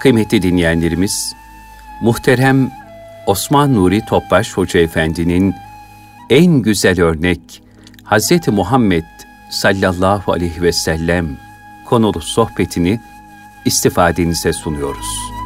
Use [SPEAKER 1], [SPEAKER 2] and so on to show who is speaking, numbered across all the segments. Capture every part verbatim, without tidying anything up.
[SPEAKER 1] Kıymetli dinleyenlerimiz, muhterem Osman Nuri Topbaş Hoca Efendi'nin en güzel örnek Hazreti Muhammed sallallahu aleyhi ve sellem konulu sohbetini istifadenize sunuyoruz.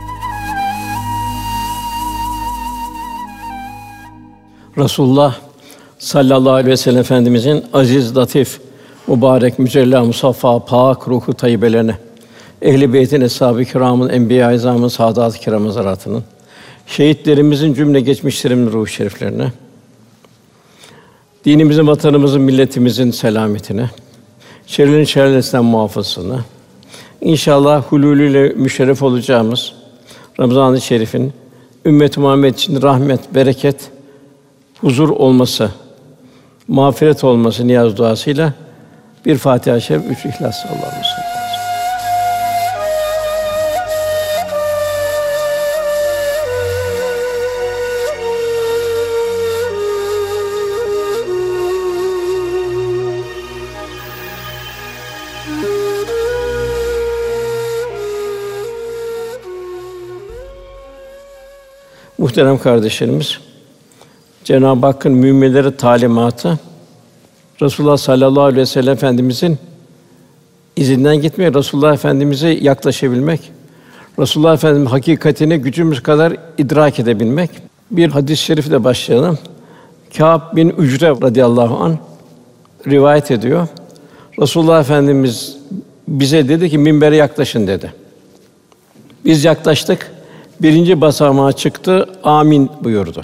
[SPEAKER 2] Resulullah sallallahu aleyhi ve sellem Efendimizin aziz, latif, mübarek, mücella, musaffa, pak ruhu tayyibelerine, ehl-i beytin, eshab-ı kirâmın, enbiya-i izâmın, saadat-ı kirâm hazaratının, şehitlerimizin cümle geçmişlerimin ruhu şeriflerine, dinimizin, vatanımızın, milletimizin selametine, şerlerin şerlerinden muhafazasına, İnşallah hulûlüyle müşerref olacağımız Ramazan-ı Şerif'in ümmet-i Muhammed için rahmet, bereket, huzur olması, mağfiret olması niyaz duasıyla bir Fatiha-i Şerif, üç İhlas. Allah'ım salli aleyhi ve sellem. Muhterem kardeşlerimiz, Cenab-ı Hakk'ın müminlere talimatı, Resulullah sallallahu aleyhi ve sellem Efendimizin izinden gitmek, Resulullah Efendimiz'e yaklaşabilmek, Resulullah Efendimiz'in hakikatini gücümüz kadar idrak edebilmek. Bir hadis-i şerifle başlayalım. Kâb bin Ücre radıyallahu anh rivayet ediyor. Resulullah Efendimiz bize dedi ki minbere yaklaşın dedi. Biz yaklaştık. Birinci basamağa çıktı, amin buyurdu.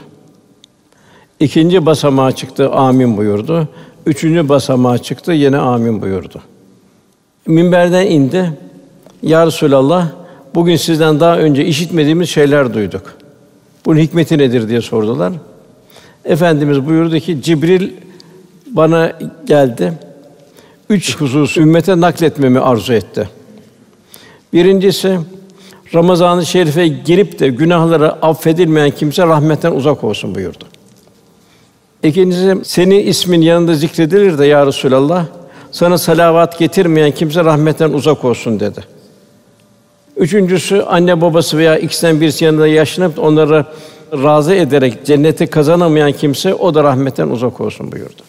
[SPEAKER 2] İkinci basamağa çıktı, amin buyurdu. Üçüncü basamağa çıktı, yine amin buyurdu. Minberden indi. Ya Resulallah, bugün sizden daha önce işitmediğimiz şeyler duyduk. Bunun hikmeti nedir diye sordular. Efendimiz buyurdu ki, Cibril bana geldi. Üç husus ümmete nakletmemi arzu etti. Birincisi, Ramazan-ı Şerif'e girip de günahları affedilmeyen kimse rahmetten uzak olsun buyurdu. İkincisi, senin ismin yanında zikredilir de ya Resulallah, sana salavat getirmeyen kimse rahmetten uzak olsun dedi. Üçüncüsü, anne babası veya ikisinden birisi yanında yaşlanıp onları razı ederek cenneti kazanamayan kimse, o da rahmetten uzak olsun buyurdu.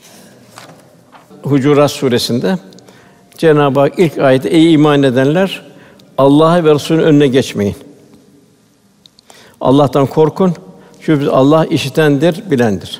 [SPEAKER 2] Hucurat Sûresinde Cenab-ı Hak ilk ayette, ey iman edenler, Allah'a ve Resulü'nün önüne geçmeyin. Allah'tan korkun. Çünkü Allah işitendir, bilendir.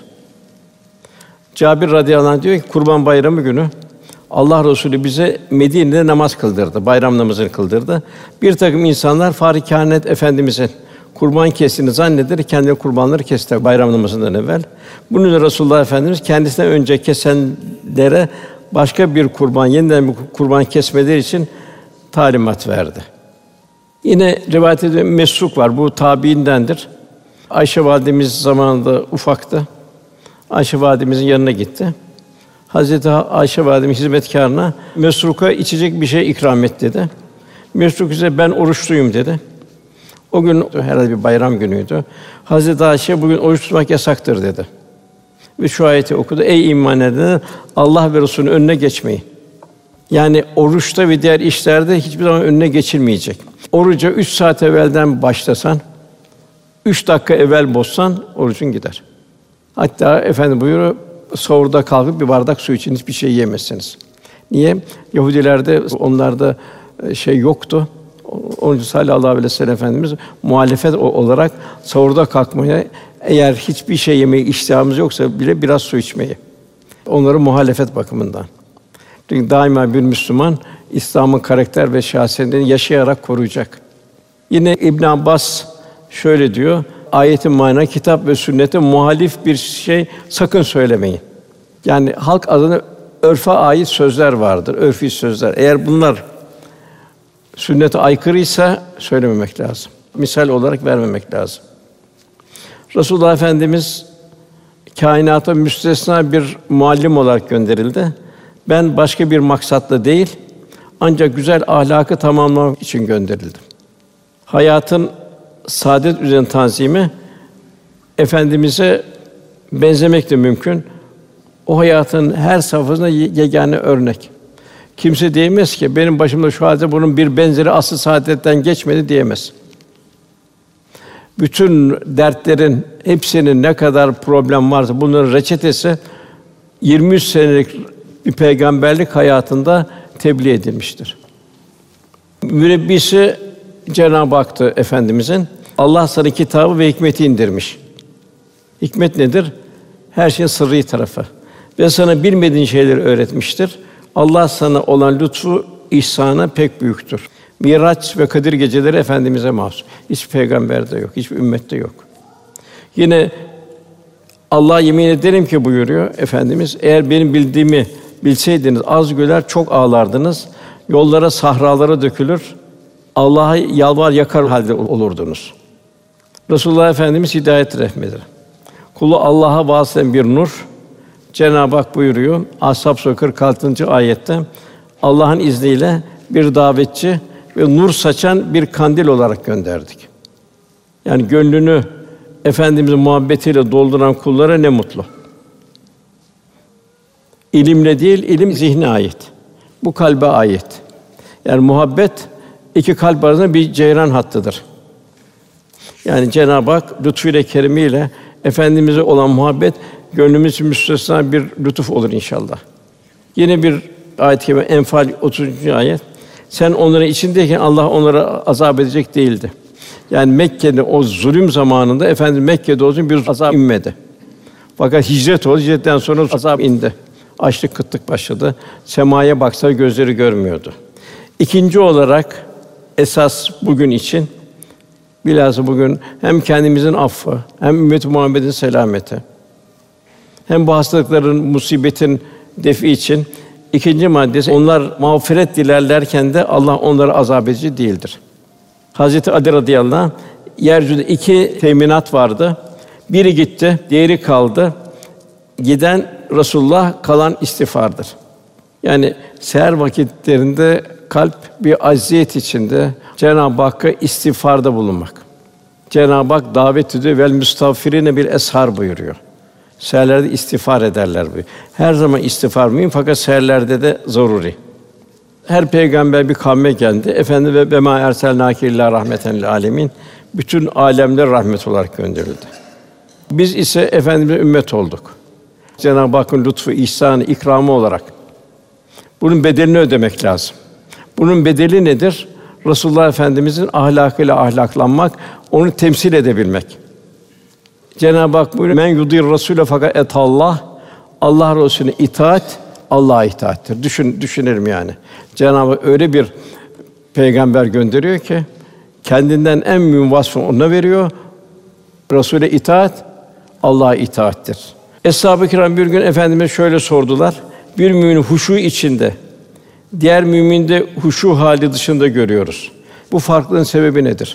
[SPEAKER 2] Cabir radıyallahu anh diyor ki, Kurban Bayramı günü Allah Resulü bize Medine'de namaz kıldırdı, bayram namazını kıldırdı. Bir takım insanlar Fâri-Kâinat Efendimiz'in kurban kestiğini zanneder, kendi kurbanları kestiler bayram namazından evvel. Bunun üzerine Resulullah Efendimiz kendisinden önce kesenlere başka bir kurban, yeniden bir kurban kesmeleri için talimat verdi. Yine rivayet edilen Mesruk var. Bu tabiindendir. Ayşe validemiz zamanında ufaktı. Ayşe validemizin yanına gitti. Hazreti Ayşe validemiz hizmetkârına Mesruk'a içecek bir şey ikram et dedi. Mesruk ise ben oruçluyum dedi. O gün herhalde bir bayram günüydü. Hazreti Ayşe bugün oruç tutmak yasaktır dedi. Ve şu ayeti okudu. Ey iman edenler, Allah ve Resulü'nün önüne geçmeyin. Yani oruçta ve diğer işlerde hiçbir zaman önüne geçilmeyecek. Oruca üç saat evvelden başlasan, üç dakika evvel bozsan orucun gider. Hatta Efendi buyuruyor, sahurda kalkıp bir bardak su için hiçbir şey yiyemezsiniz. Niye? Yahudilerde onlarda şey yoktu. Onun için sallallahu aleyhi ve sellem Efendimiz muhalefet olarak sahurda kalkmaya, eğer hiçbir şey yemeye iştihamız yoksa bile biraz su içmeyi. Onları muhalefet bakımından. Çünkü daima bir Müslüman İslam'ın karakter ve şahsiyetlerini yaşayarak koruyacak. Yine İbn Abbas şöyle diyor: ayetin mana kitap ve sünnete muhalif bir şey sakın söylemeyin. Yani halk adına örfe ait sözler vardır, örfî sözler. Eğer bunlar sünnete aykırıysa söylememek lazım. Misal olarak vermemek lazım. Resulullah Efendimiz kainata müstesna bir muallim olarak gönderildi. Ben başka bir maksatla değil, ancak güzel ahlakı tamamlamak için gönderildim. Hayatın saadet üzerine tanzimi Efendimiz'e benzemek de mümkün. O hayatın her safhasında yegâne örnek. Kimse diyemez ki benim başımda şu halde bunun bir benzeri asr-ı saadetten geçmedi diyemez. Bütün dertlerin hepsinin ne kadar problem varsa bunların reçetesi yirmi üç senelik bir peygamberlik hayatında tebliğ edilmiştir. Mürebbisi Cenab-ı Hak'tı Efendimizin. Allah sana kitabı ve hikmeti indirmiş. Hikmet nedir? Her şeyin sırrı tarafı. Ve sana bilmediğin şeyleri öğretmiştir. Allah sana olan lütfu, ihsanı pek büyüktür. Miraç ve Kadir geceleri Efendimize mahsus. Hiç peygamberde yok, hiçbir ümmette yok. Yine Allah'a yemin ederim ki buyuruyor Efendimiz, eğer benim bildiğimi bilseydiniz az güler çok ağlardınız. Yollara, sahralara dökülür. Allah'a yalvar yakar halde olurdunuz. Resulullah Efendimiz hidayet rehmetidir. Kulu Allah'a vasıtan bir nur. Cenab-ı Hak buyuruyor Ashab Sûresi kırk altıncı ayette Allah'ın izniyle bir davetçi ve nur saçan bir kandil olarak gönderdik. Yani gönlünü Efendimizin muhabbetiyle dolduran kullara ne mutlu. İlimle değil, ilim zihne ait. Bu kalbe ait. Yani muhabbet iki kalp arasında bir ceyran hattıdır. Yani Cenab-ı Hak lütfuyla keremiyle Efendimize olan muhabbet gönlümüz müstesna bir lütuf olur inşallah. Yine bir ayet-i kerime Enfal otuzuncu ayet. Sen onların içindeyken Allah onlara azap edecek değildi. Yani Mekke'de o zulüm zamanında Efendimiz Mekke'de olsun bir azap inmedi. Fakat hicret oldu. Hicretten sonra azap indi. Açlık, kıtlık başladı. Semaya baksa gözleri görmüyordu. İkinci olarak esas bugün için bilhassa bugün hem kendimizin affı, hem ümmet-i Muhammed'in selameti, hem bu hastalıkların, musibetin defi için ikinci maddesi onlar mağfiret dilerlerken de Allah onları azap edici değildir. Hazreti Ali radıyallahu anh yeryüzünde iki teminat vardı. Biri gitti, diğeri kaldı. Giden Resulullah, kalan istiğfardır. Yani seher vakitlerinde kalp bir acziyet içinde Cenab-ı Hakk'a istiğfarda bulunmak. Cenab-ı Hak davet ediyor vel müstağfirine bil eshar buyuruyor. Seherlerde istiğfar ederler buyuruyor. Her zaman istiğfar mühim fakat seherlerde de zaruri. Her peygamber bir kavme geldi. Efendi ve bema erselnâke illâ rahmeten lil âlemin. Bütün âlemler rahmet olarak gönderildi. Biz ise Efendimiz'e ümmet olduk. Cenab-ı Hakk'ın lütfu, ihsanı, ikramı olarak. Bunun bedelini ödemek lazım. Bunun bedeli nedir? Resulullah Efendimiz'in ahlakıyla ahlaklanmak, onu temsil edebilmek. Cenab-ı Hak buyuruyor: "Men yudir Rasûle fakat etallah." Allah Resulüne itaat Allah'a itaattir. Düşün düşünelim yani. Cenab-ı Hak öyle bir peygamber gönderiyor ki kendinden en mühim vasfı ona veriyor. Rasûle itaat Allah'a itaattir. Eshab-ı Kiram bir gün Efendimize şöyle sordular: Bir mümin huşu içinde, diğer müminde huşu hali dışında görüyoruz. Bu farklılığın sebebi nedir?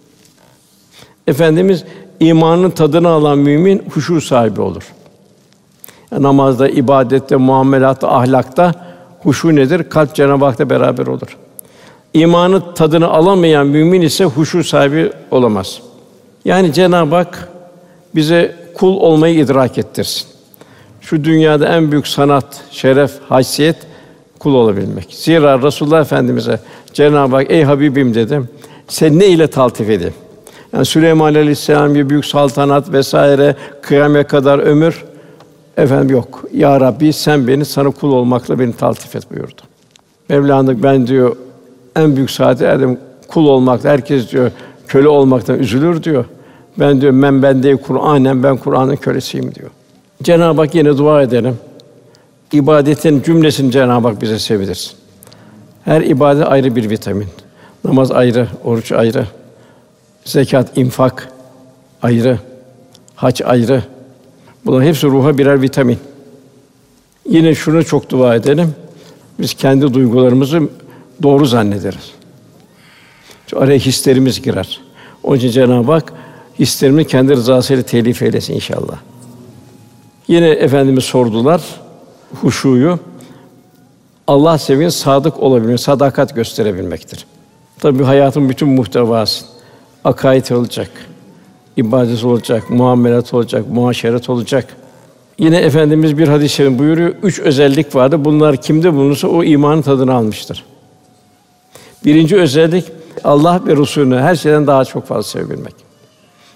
[SPEAKER 2] Efendimiz imanın tadını alan mümin huşu sahibi olur. Yani namazda, ibadette, muamelatta, ahlakta huşu nedir? Kalp Cenab-ı Hak'la beraber olur. İmanın tadını alamayan mümin ise huşu sahibi olamaz. Yani Cenab-ı Hak bize kul olmayı idrak ettirsin. Şu dünyada en büyük sanat, şeref, haysiyet kul olabilmek. Zira Resulullah Efendimize Cenab-ı Hak ey Habibim dedim. Sen ne ile taltif edeyim? Yani Süleyman Aleyhisselam bir büyük saltanat vesaire, kıyamete kadar ömür. Efendim yok. Ya Rabbi sen beni sana kul olmakla beni taltif et buyurdu. Mevlana ben diyor en büyük saadete erdim kul olmakla. Herkes diyor köle olmaktan üzülür diyor. Ben diyor men bende Kur'anen ben Kur'an'ın kölesiyim diyor. Cenab-ı Hak yine dua edelim. İbadetin cümlesini Cenab-ı Hak bize sevirsin. Her ibadet ayrı bir vitamin. Namaz ayrı, oruç ayrı, zekat, infak ayrı, hac ayrı. Bunların hepsi ruha birer vitamin. Yine şunu çok dua edelim. Biz kendi duygularımızı doğru zannederiz. Çünkü araya hislerimiz girer. Onun için Cenab-ı Hak hislerimi kendi rızasıyla telif eylesin inşallah. Yine Efendimiz sordular huşuyu. Allah sevginin sadık olabilmek, sadakat gösterebilmektir. Tabii hayatın bütün muhtevası akaid olacak, ibadet olacak, muamelat olacak, muaşeret olacak. Yine Efendimiz bir hadis-i şerif buyuruyor, üç özellik vardı. Bunlar kimde bulunursa o imanın tadını almıştır. Birinci özellik Allah ve Resulü'nü her şeyden daha çok fazla sevebilmek.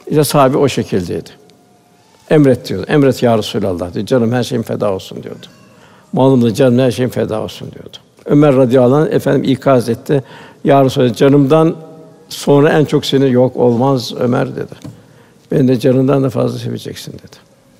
[SPEAKER 2] İşte sahabe o şekildeydi. Emret diyordu. Emret ya Resulallah diyor. Canım her şeyim feda olsun diyordu. Malım da canım her şeyim feda olsun diyordu. Ömer radıyallahu anh efendim ikaz etti. Ya Resulallah canımdan sonra en çok seni yok olmaz Ömer dedi. Beni de canından da fazla seveceksin dedi.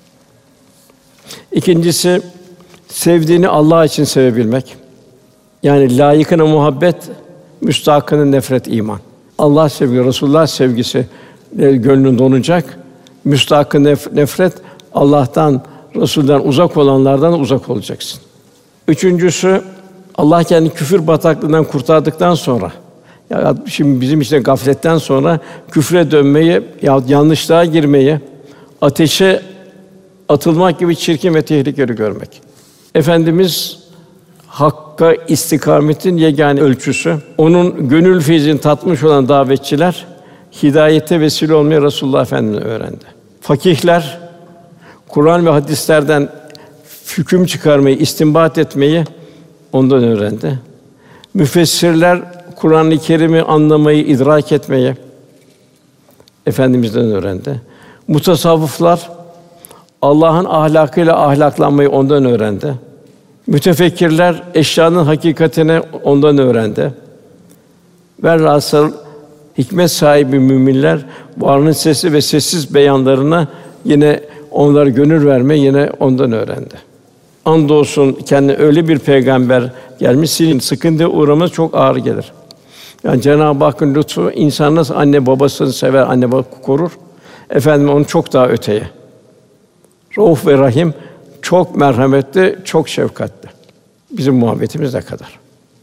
[SPEAKER 2] İkincisi sevdiğini Allah için sevebilmek. Yani layıkına muhabbet, müstahakına nefret iman. Allah sevgisi, Resulullah sevgisi gönlün donacak. Müstahakı nefret Allah'tan, Resul'den uzak olanlardan uzak olacaksın. Üçüncüsü Allah kendini küfür bataklığından kurtardıktan sonra, ya şimdi bizim işte gafletten sonra küfre dönmeyi ya yanlışlığa girmeyi, ateşe atılmak gibi çirkin ve tehlikeli görmek. Efendimiz hakka istikametin yegâne ölçüsü. Onun gönül feyzini tatmış olan davetçiler hidayete vesile olmayı Resulullah Efendimiz öğrendi. Fakihler Kur'an ve hadislerden hüküm çıkarmayı, istinbat etmeyi ondan öğrendi. Müfessirler Kur'an-ı Kerim'i anlamayı, idrak etmeyi Efendimiz'den öğrendi. Mutasavvıflar Allah'ın ahlakıyla ahlaklanmayı ondan öğrendi. Mütefekkirler eşyanın hakikatini ondan öğrendi. Velhasıl hikmet sahibi müminler varlığın sesli ve sessiz beyanlarına yine onlar gönül verme yine ondan öğrendi. Andolsun kendine öyle bir peygamber gelmiş, sizin sıkıntıya uğramanız çok ağır gelir. Yani Cenab-ı Hakk'ın lütfu insan nasıl anne babasını sever, anne baba korur. Efendim onu çok daha öteye. Rauf ve Rahim, çok merhametli, çok şefkatli. Bizim muhabbetimiz ne kadar.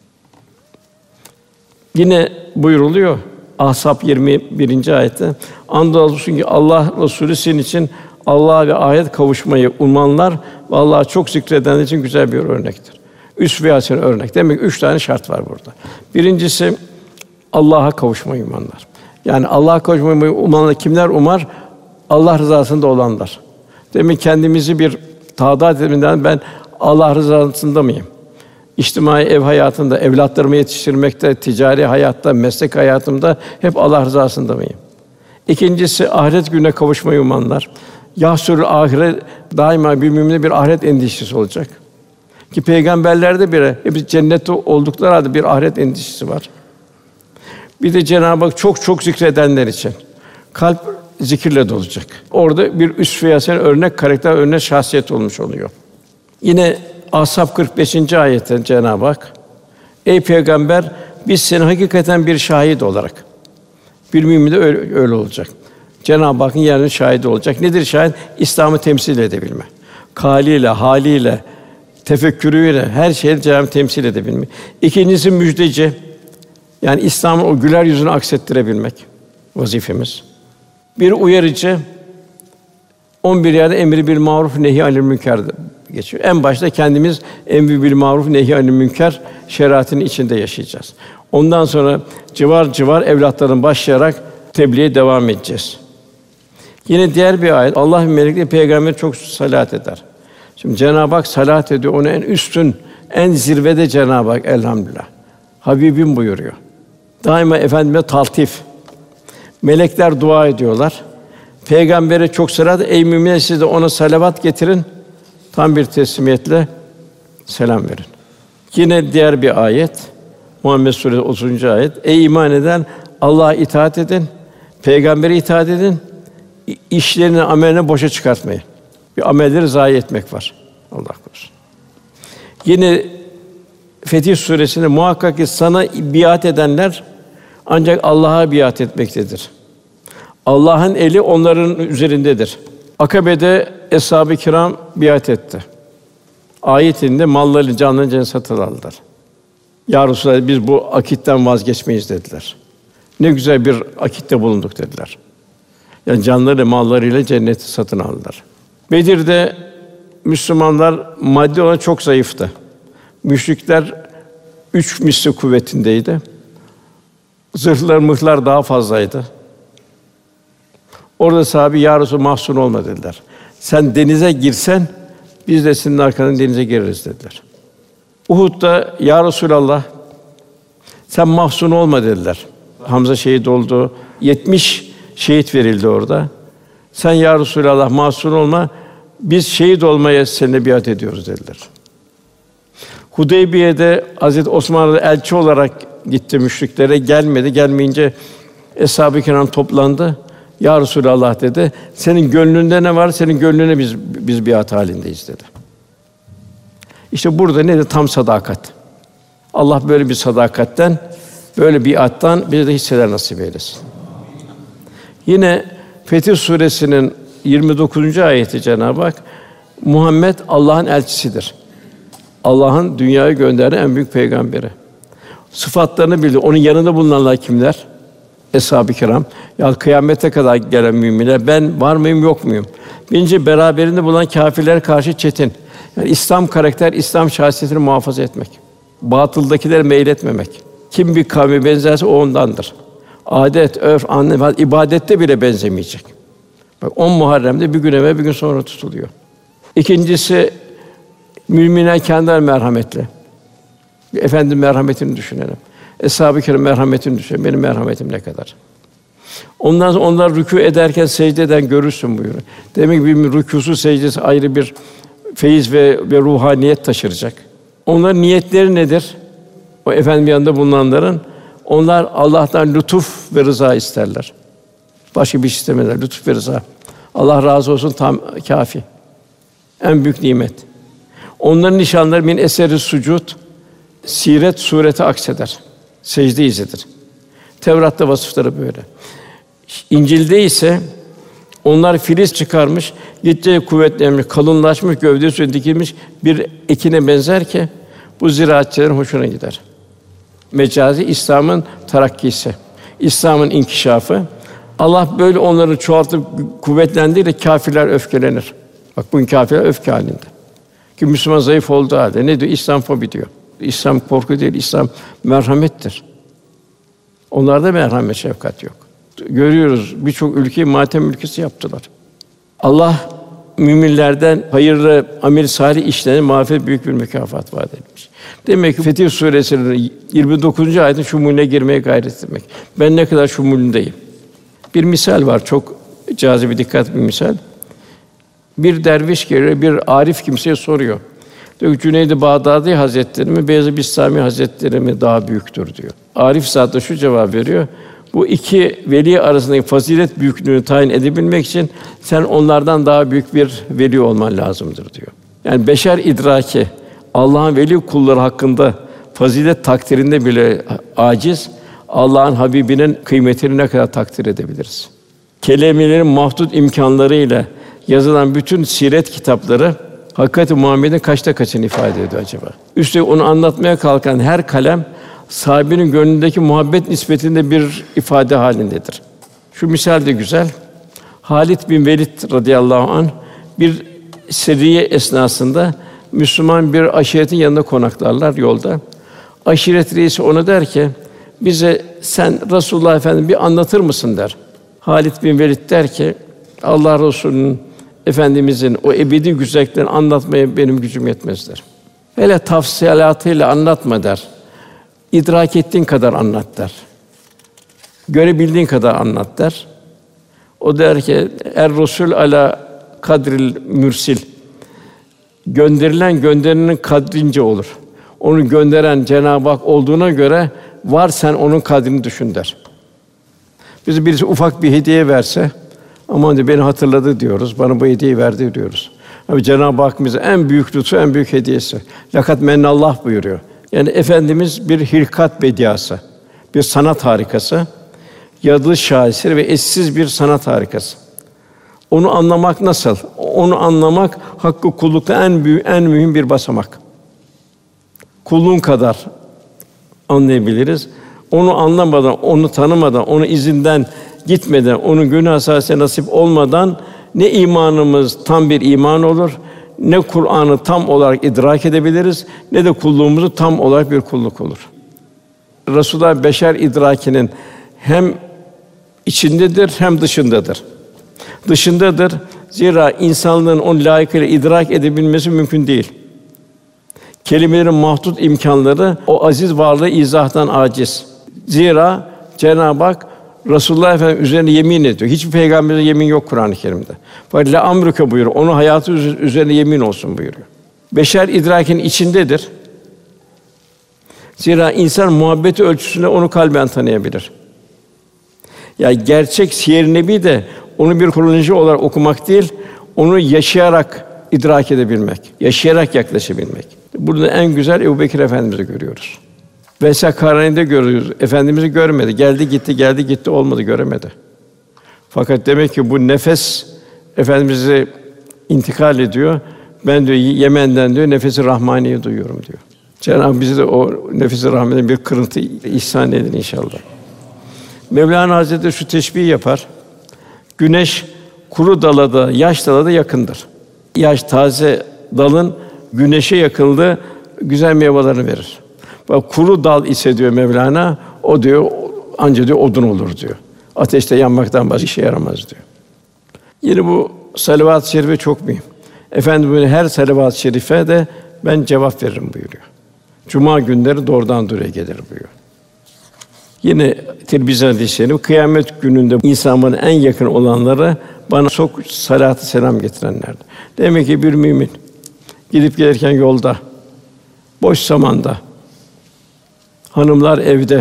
[SPEAKER 2] Yine buyruluyor Ahzab yirmi birinci ayette. Andolsun ki Allah Resulü senin için Allah'a ve ahiret kavuşmayı umanlar ve Allah'ı çok zikredenler için güzel bir örnektir. Üsve-i hasene örnek. Demek ki üç tane şart var burada. Birincisi Allah'a kavuşmayı umanlar. Yani Allah'a kavuşmayı umanlar kimler umar? Allah rızasında olanlar. Demek kendimizi bir taadat etmeden ben Allah rızasında mıyım? İçtimai ev hayatında, evlatlarımı yetiştirmekte, ticari hayatta, meslek hayatımda hep Allah rızasında mıyım? İkincisi ahiret gününe kavuşmayı umanlar. Yahsûl ahiret daima bir müminde bir ahiret endişesi olacak. Ki peygamberlerde bile hep cennette oldukları halde bir ahiret endişesi var. Bir de Cenab-ı Hak çok çok zikredenler için kalp zikirle dolacak. Orada bir üsve-i hasene örnek karakter, örnek şahsiyet olmuş oluyor. Yine Ahzab kırk beşinci ayette Cenab-ı Hak, ey peygamber biz seni hakikaten bir şahit olarak, bir mümin de öyle, öyle olacak. Cenab-ı Hakk'ın yerine şahidi olacak. Nedir şahit? İslam'ı temsil edebilme. Kâliyle, hâliyle, tefekkürüyle her şeyi Cenab-ı temsil edebilme. İkincisi müjdeci. Yani İslam'ın o güler yüzünü aksettirebilmek vazifemiz. Bir uyarıcı. on bir yerde emri bil maruf nehy anil münker geçiyor. En başta kendimiz emri bil maruf nehy anil münker şeriatının içinde yaşayacağız. Ondan sonra civar civar evlatların başlayarak tebliğe devam edeceğiz. Yine diğer bir ayet Allah ve melekleri peygamber çok salat eder. Şimdi Cenab-ı Hak salat ediyor. Onu en üstün, en zirvede Cenab-ı Hak elhamdülillah. Habibim buyuruyor. Daima efendime taltif. Melekler dua ediyorlar. Peygambere çok salat, ey müminler siz de ona salavat getirin. Tam bir teslimiyetle selam verin. Yine diğer bir ayet Muhammed Suresi otuzuncu ayet. Ey iman eden Allah'a itaat edin, peygambere itaat edin. İşlerini, amelini boşa çıkartmayın. Bir amelleri zayi etmek var. Allah korusun. Yine Fetih Suresi'nde muhakkak ki sana biat edenler ancak Allah'a biat etmektedir. Allah'ın eli onların üzerindedir. Akabe'de eshab-ı kiram biat etti. Ayetinde mallarını, canlarını cennet satın aldılar. Ya Resulallah biz bu akitten vazgeçmeyiz dediler. Ne güzel bir akitte bulunduk dediler. Yani canları, mallarıyla cenneti satın aldılar. Bedir'de Müslümanlar maddi olarak çok zayıftı. Müşrikler üç misli kuvvetindeydi. Zırhlar, mıhlar daha fazlaydı. Orada sahabe ya Resulallah mahzun olma dediler. Sen denize girsen biz de senin arkandan denize gireriz dediler. Uhud'da ya Resulallah sen mahzun olma dediler. Hamza şehit oldu. yetmiş şehit verildi orada. Sen ya Resulallah mahzun olma. Biz şehit olmaya seninle biat ediyoruz dediler. Hudeybiye'de Hazreti Osman elçi olarak gitti müşriklere, gelmedi. Gelmeyince Eshab-ı Kiram toplandı. Ya Resulallah dedi. Senin gönlünde ne var? Senin gönlüne biz biz biat halindeyiz dedi. İşte burada ne de tam sadakat. Allah böyle bir sadakatten, böyle biattan bize de hisseler nasip eylesin. Yine Fetih Suresi'nin yirmi dokuzuncu ayeti Cenab-ı Hak Muhammed Allah'ın elçisidir. Allah'ın dünyaya gönderdiği en büyük peygamberi. Sıfatlarını bildi. Onun yanında bulunanlar kimler? Eshab-ı Kiram. Ya kıyamete kadar gelen müminler, ben var mıyım yok muyum? Birinci, beraberinde bulunan kâfirlere karşı çetin. Yani İslam karakter, İslam şahsiyetini muhafaza etmek. Batıldakilere meyletmemek. Kim bir kavme benzerse o ondandır. Adet, örf, anne, ibadette bile benzemeyecek. Bak on Muharrem'de bir gün evvel bir gün sonra tutuluyor. İkincisi, müminler kendileri merhametli. Efendim merhametini düşünelim. Eshab-ı Kiram merhametini düşünelim. Benim merhametim ne kadar? Ondan sonra onlar rükû ederken secde eden görürsün buyuruyor. Demek ki bir rükûsu secdesi ayrı bir feyiz ve, ve ruhaniyet taşıracak. Onların niyetleri nedir? O efendim yanında bulunanların, onlar Allah'tan lütuf ve rıza isterler. Başka bir şey istemezler. Lütuf ve rıza. Allah razı olsun tam kâfi. En büyük nimet. Onların nişanları min eseri sucud, siret surete akseder. Secde izidir. Tevrat'ta vasıfları böyle. İncil'de ise onlar filiz çıkarmış, gittikçe kuvvetlenmiş, kalınlaşmış, gövdesi dikilmiş bir ekine benzer ki bu ziraatçıların hoşuna gider. Mecazi İslam'ın terakkisi, İslam'ın inkişafı. Allah böyle onları çoğaltıp kuvvetlendiğiyle kâfirler öfkelenir. Bak bugün kâfirler öfke halinde. Ki Müslüman zayıf olduğu halde ne diyor? İslamfobi diyor. İslam korku değil, İslam merhamettir. Onlarda merhamet, şefkat yok. Görüyoruz birçok ülkeyi matem ülkesi yaptılar. Allah müminlerden hayırlı amel salih işlerine mağfiret büyük bir mükafat vaat etmiş. Demek ki Fetih Suresi'nin yirmi dokuzuncu ayetinde şumulüne girmeye gayret etmek. Ben ne kadar şumulündeyim. Bir misal var, çok cazip, dikkat bir misal. Bir derviş geliyor, bir arif kimseye soruyor. Diyor ki, Cüneyd-i Bağdadi Hazretleri mi, Beyazıt Bistami Hazretleri mi daha büyüktür diyor. Arif zat da şu cevap veriyor. Bu iki veli arasındaki fazilet büyüklüğünü tayin edebilmek için sen onlardan daha büyük bir veli olman lazımdır diyor. Yani beşer idraki Allah'ın veli kulları hakkında fazilet takdirinde bile aciz, Allah'ın Habibinin kıymetini ne kadar takdir edebiliriz? Kelimelerin mahdut imkânlarıyla yazılan bütün siret kitapları hakikati Muhammed'in kaçta kaçını ifade ediyor acaba? Üstelik onu anlatmaya kalkan her kalem sahibinin gönlündeki muhabbet nispetinde bir ifade halindedir. Şu misal de güzel. Halid bin Velid radıyallahu anh bir seriye esnasında Müslüman bir aşiretin yanında konaklarlar yolda. Aşiret reisi ona der ki, bize sen Resulullah Efendimiz bir anlatır mısın der. Halid bin Velid der ki, Allah Resulü'nün Efendimizin o ebedi güzelliklerini anlatmaya benim gücüm yetmez der. Hele tafsilatıyla anlatma der. İdrak ettiğin kadar anlat der. Görebildiğin kadar anlat der. O der ki, er Resul ala kadril mürsil. Gönderilen gönderilenin kadrince olur. Onu gönderen Cenab-ı Hak olduğuna göre var, sen onun kadrini düşün der. Bize birisi ufak bir hediye verse, aman diyor, beni hatırladı diyoruz, bana bu hediyeyi verdi diyoruz. Ama Cenab-ı Hak bize en büyük lütfu, en büyük hediyesi. Lakat mennallah buyuruyor. Yani Efendimiz bir hilkat bediası, bir sanat harikası, yaratılış şaheseri ve eşsiz bir sanat harikası. Onu anlamak nasıl? Onu anlamak hakkı kullukta en büyük, en mühim bir basamak. Kulluğun kadar anlayabiliriz. Onu anlamadan, onu tanımadan, onu izinden gitmeden, onun günah esasına nasip olmadan ne imanımız tam bir iman olur, ne Kur'an'ı tam olarak idrak edebiliriz, ne de kulluğumuzu tam olarak bir kulluk olur. Resulullah beşer idrakinin hem içindedir hem dışındadır. Dışındadır. Zira insanlığın onu layıkıyla idrak edebilmesi mümkün değil. Kelimelerin mahdut imkânları o aziz varlığı izahtan aciz. Zira Cenab-ı Hak Resulullah Efendimiz üzerine yemin ediyor. Hiçbir peygamberin yemin yok Kur'an-ı Kerim'de. Fakat la amruke buyuruyor. Onun hayatı üzerine yemin olsun buyuruyor. Beşer idrakinin içindedir. Zira insan muhabbeti ölçüsünde onu kalben tanıyabilir. Yani gerçek siyer-i nebi de onu bir kronoloji olarak okumak değil, onu yaşayarak idrak edebilmek, yaşayarak yaklaşabilmek. Burada en güzel Ebubekir Efendimiz'i görüyoruz. Veysel Karani'de görüyoruz. Efendimiz'i görmedi. Geldi gitti, geldi gitti olmadı, göremedi. Fakat demek ki bu nefes Efendimiz'i intikal ediyor. Ben diyor Yemen'den diyor nefesi rahmaniyi duyuyorum diyor. Cenab-ı bize de o nefesi rahmaniye bir kırıntı ihsan edin inşallah. Mevlana Hazretleri şu teşbihi yapar. Güneş kuru dala da, yaş dala da yakındır. Yaş taze dalın güneşe yakınlığı güzel meyvelerini verir. Bak kuru dal ise diyor Mevlana, o diyor anca diyor odun olur diyor. Ateşte yanmaktan başka işe yaramaz diyor. Yine bu salavat-ı şerife çok mühim. Efendimiz her salavat-ı şerife de ben cevap veririm buyuruyor. Cuma günleri doğrudan doğruya gelir buyuruyor. Yine Tirmizi hadis-i şerif, kıyamet gününde insanların en yakın olanları bana çok salatü selam getirenlerdir. Demek ki bir mümin gidip gelirken yolda, boş zamanda, hanımlar evde,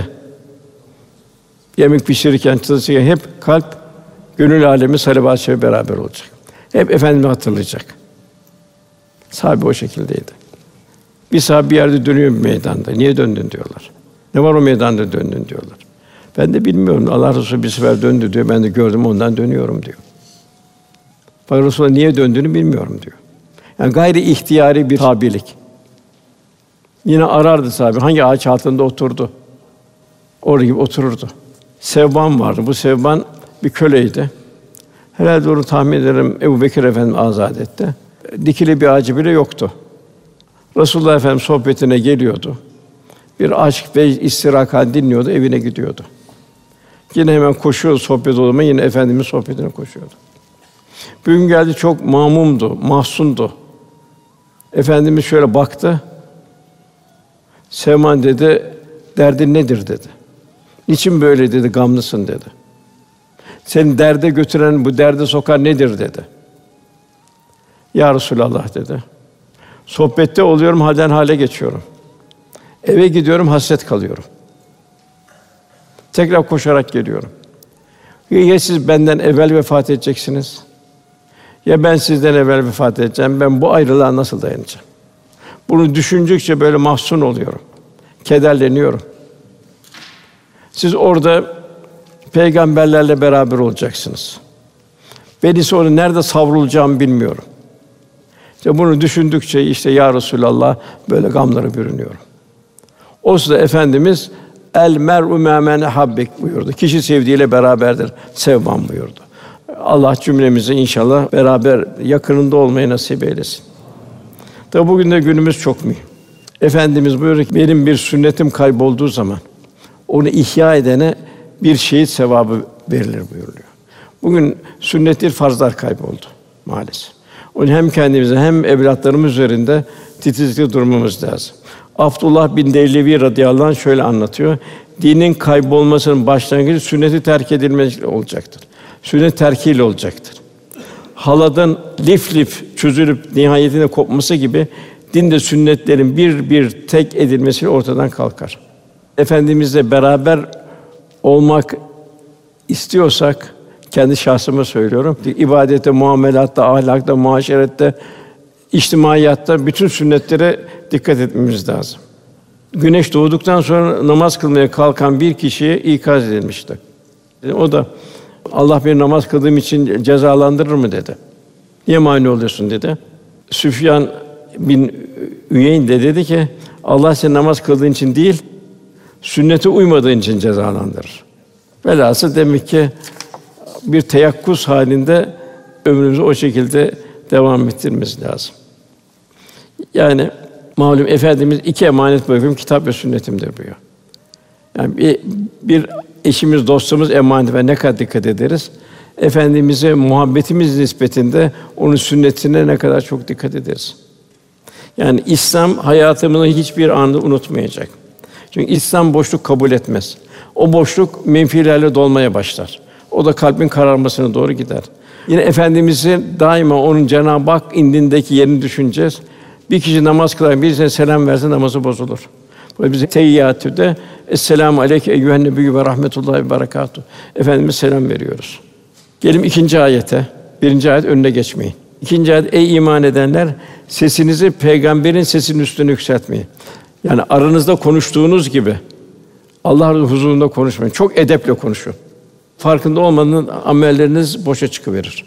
[SPEAKER 2] yemek pişirirken, çalışırken hep kalp, gönül alemi salavat-ı şerif beraber olacak. Hep Efendimiz'i hatırlayacak. Sahabe o şekildeydi. Bir sahabe bir yerde dönüyor bir meydanda. Niye döndün diyorlar. Ne var o meydanda döndün diyorlar. Ben de bilmiyorum. Allah Resulü bir sefer döndü diyor. Ben de gördüm ondan dönüyorum diyor. Fakat Resulullah niye döndüğünü bilmiyorum diyor. Yani gayri ihtiyari bir tabilik. Yine arardı sahabe. Hangi ağaç altında oturdu? Orada gibi otururdu. Sevban vardı. Bu Sevban bir köleydi. Herhalde onu tahmin ederim Ebubekir Efendimiz azad etti. Dikili bir ağacı bile yoktu. Resulullah Efendimiz sohbetine geliyordu. Bir aşk ve istirahat halinde dinliyordu, evine gidiyordu. Yine hemen koşuyordu sohbet olma, yine Efendimiz sohbetine koşuyordu. Bir gün geldi çok mamumdu, mahzundu. Efendimiz şöyle baktı. Sevman dedi, derdin nedir dedi. Niçin böyle dedi, gamlısın dedi. Seni derde götüren, bu derde sokan nedir dedi. Ya Resulallah dedi. Sohbette oluyorum, halden hale geçiyorum. Eve gidiyorum, hasret kalıyorum. Tekrar koşarak geliyorum. Ya siz benden evvel vefat edeceksiniz, ya ben sizden evvel vefat edeceğim. Ben bu ayrılığa nasıl dayanacağım? Bunu düşündükçe böyle mahzun oluyorum, kederleniyorum. Siz orada peygamberlerle beraber olacaksınız. Ben ise onu nerede savrulacağımı bilmiyorum. İşte bunu düşündükçe işte ya Resulallah böyle gamlara bürünüyorum. O sırada Efendimiz el mer'u mâ men habbek buyurdu. Kişi sevdiğiyle beraberdir. Sevban buyurdu. Allah cümlemizi inşallah beraber yakınında olmayı nasip eylesin. Tabi bugün de günümüz çok mühim. Efendimiz buyuruyor ki benim bir sünnetim kaybolduğu zaman onu ihya edene bir şehit sevabı verilir buyuruyor. Bugün sünnettir, farzlar kayboldu maalesef. Onun hem kendimize hem evlatlarımız üzerinde titizlikle durmamız lazım. Abdullah bin Devlevi radıyallahu anh şöyle anlatıyor. Dinin kaybolmasının başlangıcı sünneti terk edilmesiyle olacaktır. Sünnet terkiyle olacaktır. Haladın lif lif çözülüp nihayetinde kopması gibi din de sünnetlerin bir bir tek edilmesiyle ortadan kalkar. Efendimizle beraber olmak istiyorsak, kendi şahsıma söylüyorum, ibadette, muamelatta, ahlakta, muaşerette, içtimaiyatta bütün sünnetlere dikkat etmemiz lazım. Güneş doğduktan sonra namaz kılmaya kalkan bir kişiye ikaz edilmişti. O da Allah beni namaz kıldığım için cezalandırır mı dedi. Niye mani oluyorsun dedi. Süfyan bin Üyeyn de dedi ki Allah seni namaz kıldığın için değil, sünnete uymadığın için cezalandırır. Velhasıl demek ki bir teyakkuz halinde ömrümüzü o şekilde devam ettirmemiz lazım. Yani malum Efendimiz iki emanet bırakıyorum, kitap ve sünnetimdir buyuruyor. Yani bir, bir eşimiz, dostumuz emanet ve ne kadar dikkat ederiz? Efendimize muhabbetimiz nispetinde onun sünnetine ne kadar çok dikkat ederiz. Yani İslam hayatımızın hiçbir anını unutmayacak. Çünkü İslam boşluk kabul etmez. O boşluk menfilerle dolmaya başlar. O da kalbin kararmasına doğru gider. Yine Efendimiz'in daima onun Cenab-ı Hak indindeki yerini düşüneceğiz. Bir kişi namaz kılar, birisine selam verse namazı bozulur. Bu bize teyyatüde Esselamu aleyke eyyühen nebiyyü ve rahmetullahi ve berekatuhu. Efendimiz selam veriyoruz. Gelelim ikinci ayete. Birinci ayet önüne geçmeyin. İkinci ayet, ey iman edenler, sesinizi peygamberin sesinin üstüne yükseltmeyin. Yani aranızda konuştuğunuz gibi Allah'ın huzurunda konuşmayın. Çok edeple konuşun. Farkında olmadan amelleriniz boşa çıkıverir.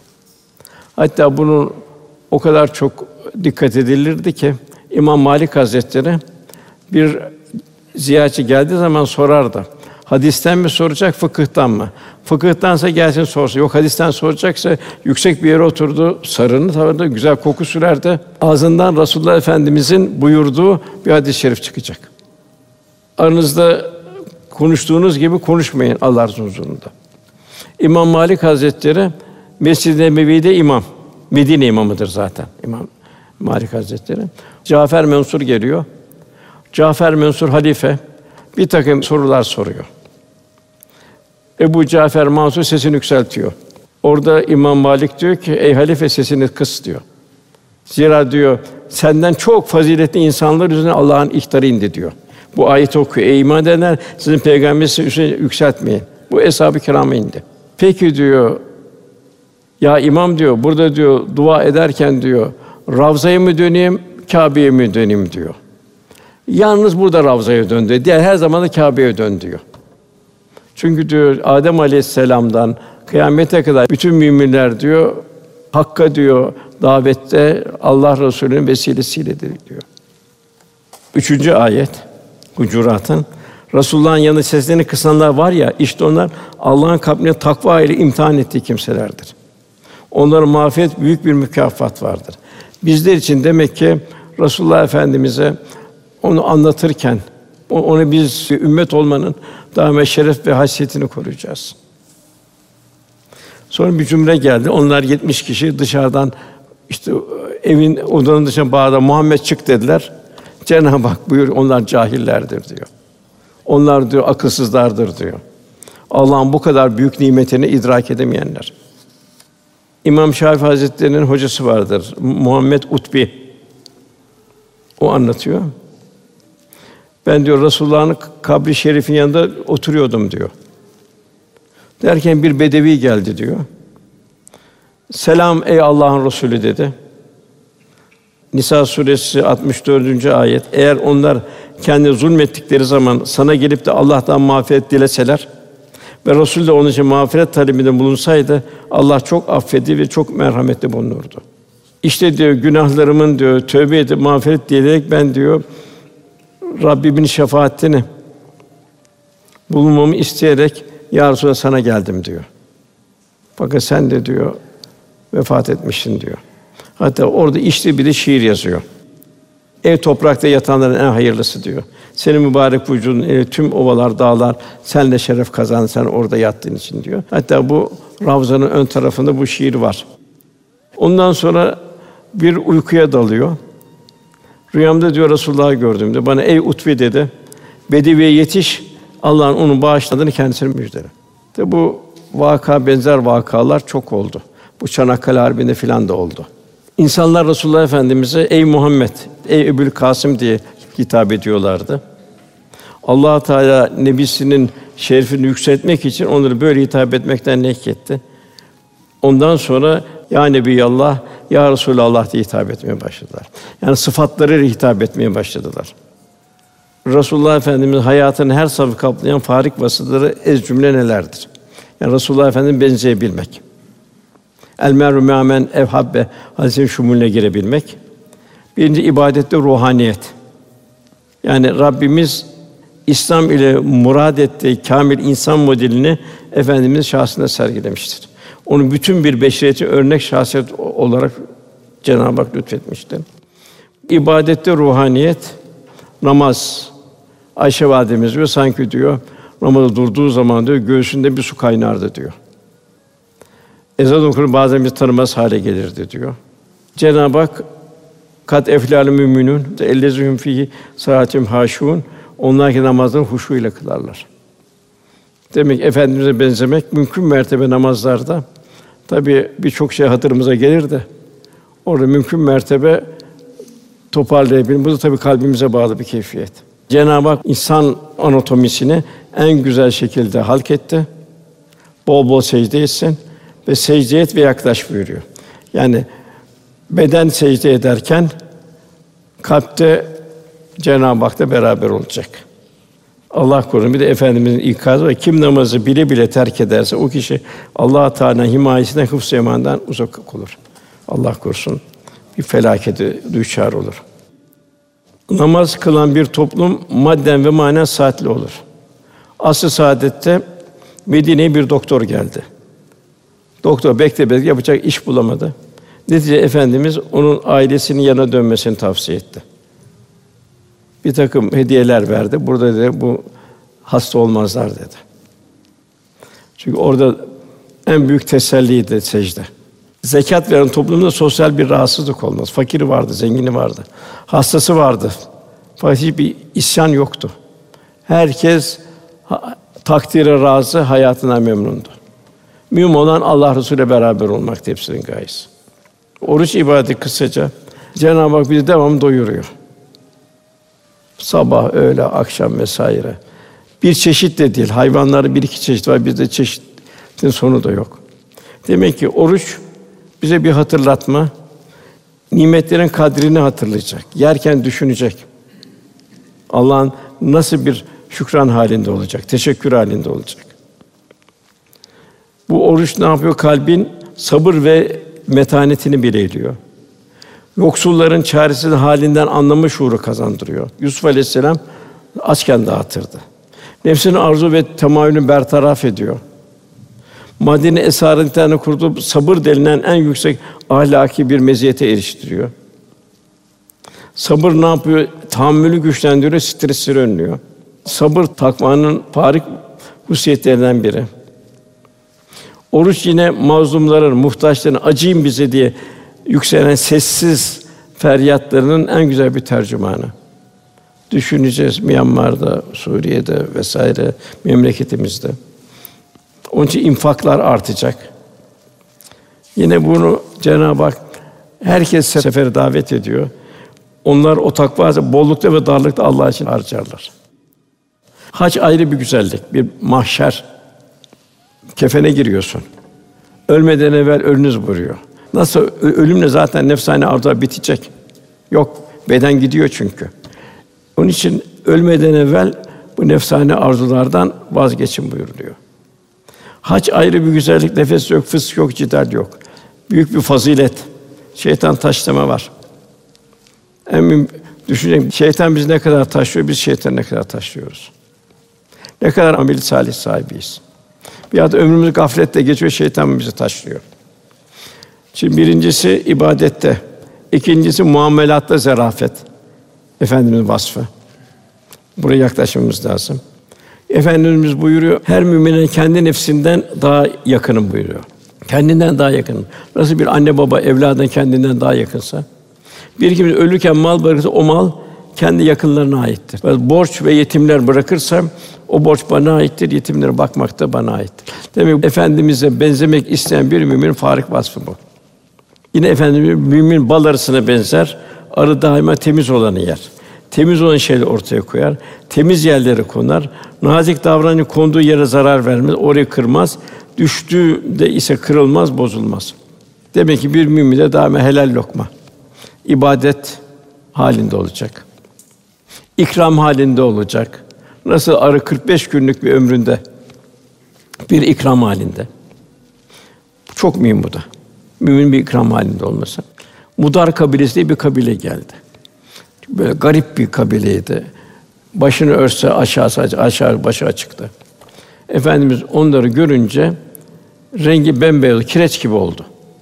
[SPEAKER 2] Hatta bunun o kadar çok dikkat edilirdi ki İmam Malik Hazretleri bir ziyaretçi geldiği zaman sorardı. Hadisten mi soracak, fıkıhtan mı? Fıkıhtansa gelsin sorsun. Yok hadisten soracaksa yüksek bir yere oturdu, sarını tavrında güzel koku sürerdi. Ağzından Resulullah Efendimizin buyurduğu bir hadis-i şerif çıkacak. Aranızda konuştuğunuz gibi konuşmayın Allah'ın huzurunda. İmam Malik Hazretleri Mescid-i Nebevi'de imam. Medine imamıdır zaten İmam Malik Hazretleri. Cafer Mensur geliyor. Cafer Mensur halife bir takım sorular soruyor. Ebu Cafer Mansur sesini yükseltiyor. Orada İmam Malik diyor ki, ey halife sesini kıs diyor. Zira diyor, senden çok faziletli insanlar üzerine Allah'ın ihtarı indi diyor. Bu ayeti okuyor. Ey iman edenler, sizin peygamberinizi üstüne yükseltmeyin. Bu eshab-ı kirâma indi. Peki diyor, ya imam diyor, burada diyor dua ederken diyor, Ravza'ya mı döneyim, Kâbe'ye mi döneyim diyor. Yalnız burada Ravza'ya dön diyor. Diğer her zaman da Kâbe'ye dön diyor. Çünkü diyor Adem Aleyhisselam'dan kıyamete kadar bütün müminler diyor Hakk'a diyor davette Allah Resulü'nün vesilesiyle diyor. Üçüncü ayet Hucurat'ın Resulullah'ın yanında seslerini kısanlar var ya, işte onlar Allah'ın kalbine takva ile imtihan ettiği kimselerdir. Onların mağfiret büyük bir mükafat vardır. Bizler için demek ki Resulullah Efendimiz'e onu anlatırken onu biz ümmet olmanın daima şeref ve haysiyetini koruyacağız. Sonra bir cümle geldi. Onlar yetmiş kişi dışarıdan işte evin odanın dışına bağırdı. Muhammed çık dediler. Cenab-ı Hak buyur onlar cahillerdir diyor. Onlar diyor akılsızlardır diyor. Allah'ın bu kadar büyük nimetini idrak edemeyenler. İmam Şafii Hazretleri'nin hocası vardır. Muhammed Utbi. O anlatıyor. Ben diyor Resulullah'ın kabri şerifin yanında oturuyordum diyor. Derken bir bedevi geldi diyor. Selam ey Allah'ın Resulü dedi. Nisa suresi altmış dördüncü ayet. Eğer onlar kendi zulmettikleri zaman sana gelip de Allah'tan mağfiret dileseler ve Resul de onun için mağfiret talebinde bulunsaydı Allah çok affedi ve çok merhametli bulunurdu. İşte diyor günahlarımın diyor tövbe edip mağfiret dileyerek ben diyor Rabbimin şefaatini bulunmamı isteyerek ya Resulallah sana geldim diyor. Fakat sen de diyor vefat etmişsin diyor. Hatta orada işte bir de şiir yazıyor. Ev toprakta yatanların en hayırlısı diyor. Senin mübarek vücudun e, tüm ovalar, dağlar senle şeref kazandı sen orada yattığın için diyor. Hatta bu Ravza'nın ön tarafında bu şiir var. Ondan sonra bir uykuya dalıyor. Rüyamda diyor Resulullah'ı gördüğümde bana ey Utbi dedi. Bedeviye yetiş. Allah'ın onu bağışladığını kendisine müjdele. De bu vaka benzer vakalar çok oldu. Bu Çanakkale Harbi'nde filan da oldu. İnsanlar Resulullah Efendimiz'e ey Muhammed, ey Ebu'l Kasım diye hitap ediyorlardı. Allah Teala nebisinin şerefini yükseltmek için onları böyle hitap etmekten nehyetti. Ondan sonra ya Nebiyallah, ya Resulallah diye hitap etmeye başladılar. Yani sıfatlarıyla hitap etmeye başladılar. Resulullah Efendimiz'in hayatının her safhası kaplayan farik vasıfları ez cümle nelerdir? Yani Resulullah Efendimiz'e benzeyebilmek. El mer'u me'a men evhabbe hadisinin şumulüne girebilmek. Birinci ibadette ruhaniyet. Yani Rabbimiz İslam ile murad ettiği kâmil insan modelini Efendimiz şahsında sergilemiştir. Onu bütün bir beşeriyete örnek şahsiyet olarak Cenab-ı Hak lütfetmiştir. İbadette ruhaniyet, namaz. Ayşe validemiz diyor sanki diyor namazda durduğu zaman diyor göğsünde bir su kaynardı diyor. Ezan okur bazen bir tanımaz hale gelirdi diyor. Cenab-ı Hak kad eflâl müminûn ellezîhum fîhî sâatihim hâşûn Onlarki namazları huşu ile kılarlar. Demek ki Efendimiz'e benzemek mümkün mertebe namazlarda. Tabii birçok şey hatırımıza gelir de orada mümkün mertebe toparlayabilmek. Bu da tabii kalbimize bağlı bir keyfiyet. Cenab-ı Hak insan anatomisini en güzel şekilde halk etti. Bol bol secde etsin ve secde et ve yaklaş buyuruyor. Yani beden secde ederken kalpte Cenab-ı Hak'la beraber olacak. Allah korusun. Bir de Efendimizin ikazı var. Kim namazı bile bile terk ederse o kişi Allah Teala'nın himayesinden, hıfz-ı emandan uzak olur. Allah korusun. Bir felakete düçar olur. Namaz kılan bir toplum madden ve manen saatli olur. Asr-ı saadette Medine'ye bir doktor geldi. Doktor bekle bekle yapacak iş bulamadı. Netice Efendimiz onun ailesinin yanına dönmesini tavsiye etti. Bir takım hediyeler verdi. Burada dedi bu hasta olmazlar dedi. Çünkü orada en büyük teselliydi secde. Zekat veren toplumda sosyal bir rahatsızlık olmaz. Fakiri vardı, zengini vardı. Hastası vardı. Fakat hiçbir isyan yoktu. Herkes ha, takdire razı, hayatından memnundu. Mühim olan Allah Resulü'yle beraber olmak hepsinin gayesi. Oruç ibadeti kısaca Cenab-ı Hak bizi devamlı doyuruyor. Sabah, öğle, akşam vesaire. Bir çeşit de değil. Hayvanlarda bir iki çeşit var. Bizde çeşitin sonu da yok. Demek ki oruç bize bir hatırlatma. Nimetlerin kadrini hatırlayacak. Yerken düşünecek. Allah'ın nasıl bir şükran halinde olacak, teşekkür halinde olacak. Bu oruç ne yapıyor? Kalbin sabır ve metanetini bileliyor. Yoksulların çaresiz halinden anlama şuuru kazandırıyor. Yusuf Aleyhisselam açken dağıtırdı. Nefsinin arzu ve temayülünü bertaraf ediyor. Madine esaretlerine kurduğu sabır denilen en yüksek ahlaki bir meziyete eriştiriyor. Sabır ne yapıyor? Tahammülü güçlendiriyor, stresleri önlüyor. Sabır takvanın farik hususiyetlerinden biri. Oruç yine mazlumların, muhtaçların acıyın bize diye yükselen sessiz feryatlarının en güzel bir tercümanı. Düşüneceğiz Myanmar'da, Suriye'de vesaire memleketimizde. Onun için infaklar artacak. Yine bunu Cenab-ı Hak herkes sefere davet ediyor. Onlar o takva bollukta ve darlıkta Allah için harcarlar. Hac ayrı bir güzellik, bir mahşer. Kefene giriyorsun. Ölmeden evvel ölünüz buyuruyor. Nasıl ölümle zaten nefsani arzular bitecek. Yok, beden gidiyor çünkü. Onun için ölmeden evvel bu nefsani arzulardan vazgeçin buyuruluyor. Hac ayrı bir güzellik, nefes yok, fısk yok, cidal yok. Büyük bir fazilet. Şeytan taşlama var. En düşünün, şeytan bizi ne kadar taşlıyor, biz şeytanı ne kadar taşlıyoruz. Ne kadar amel-i salih sahibiyiz. Ya da ömrümüz gafletle geçiyor, şeytan bizi taşlıyor. Şimdi birincisi ibadette, ikincisi muamelatta zarafet. Efendimiz vasfı. Buraya yaklaşmamız lazım. Efendimiz buyuruyor, her müminin kendi nefsinden daha yakınım buyuruyor. Kendinden daha yakınım. Nasıl bir anne baba evladına kendinden daha yakınsa, bir kimse ölürken mal bırakırsa o mal kendi yakınlarına aittir. Ben borç ve yetimler bırakırsam o borç bana aittir, yetimlere bakmak da bana aittir. Demek Efendimiz'e benzemek isteyen bir müminin farik vasfı bu. Yine Efendimiz mümin bal arısına benzer, arı daima temiz olanı yer. Temiz olan şeyleri ortaya koyar, temiz yerlere konar, nazik davranıcı konduğu yere zarar vermez, orayı kırmaz, düştüğünde ise kırılmaz, bozulmaz. Demek ki bir mümin de daima helal lokma, ibadet halinde olacak, ikram halinde olacak. Nasıl arı kırk beş günlük bir ömründe bir ikram halinde. Çok mühim bu da. Mümin bir ikram halinde olması. Mudar kabilesi diye bir kabile geldi. Böyle garip bir kabileydi. Başını örtse aşağısı aşağı başı açıktı. Efendimiz onları görünce rengi bembeyaz, kireç gibi oldu.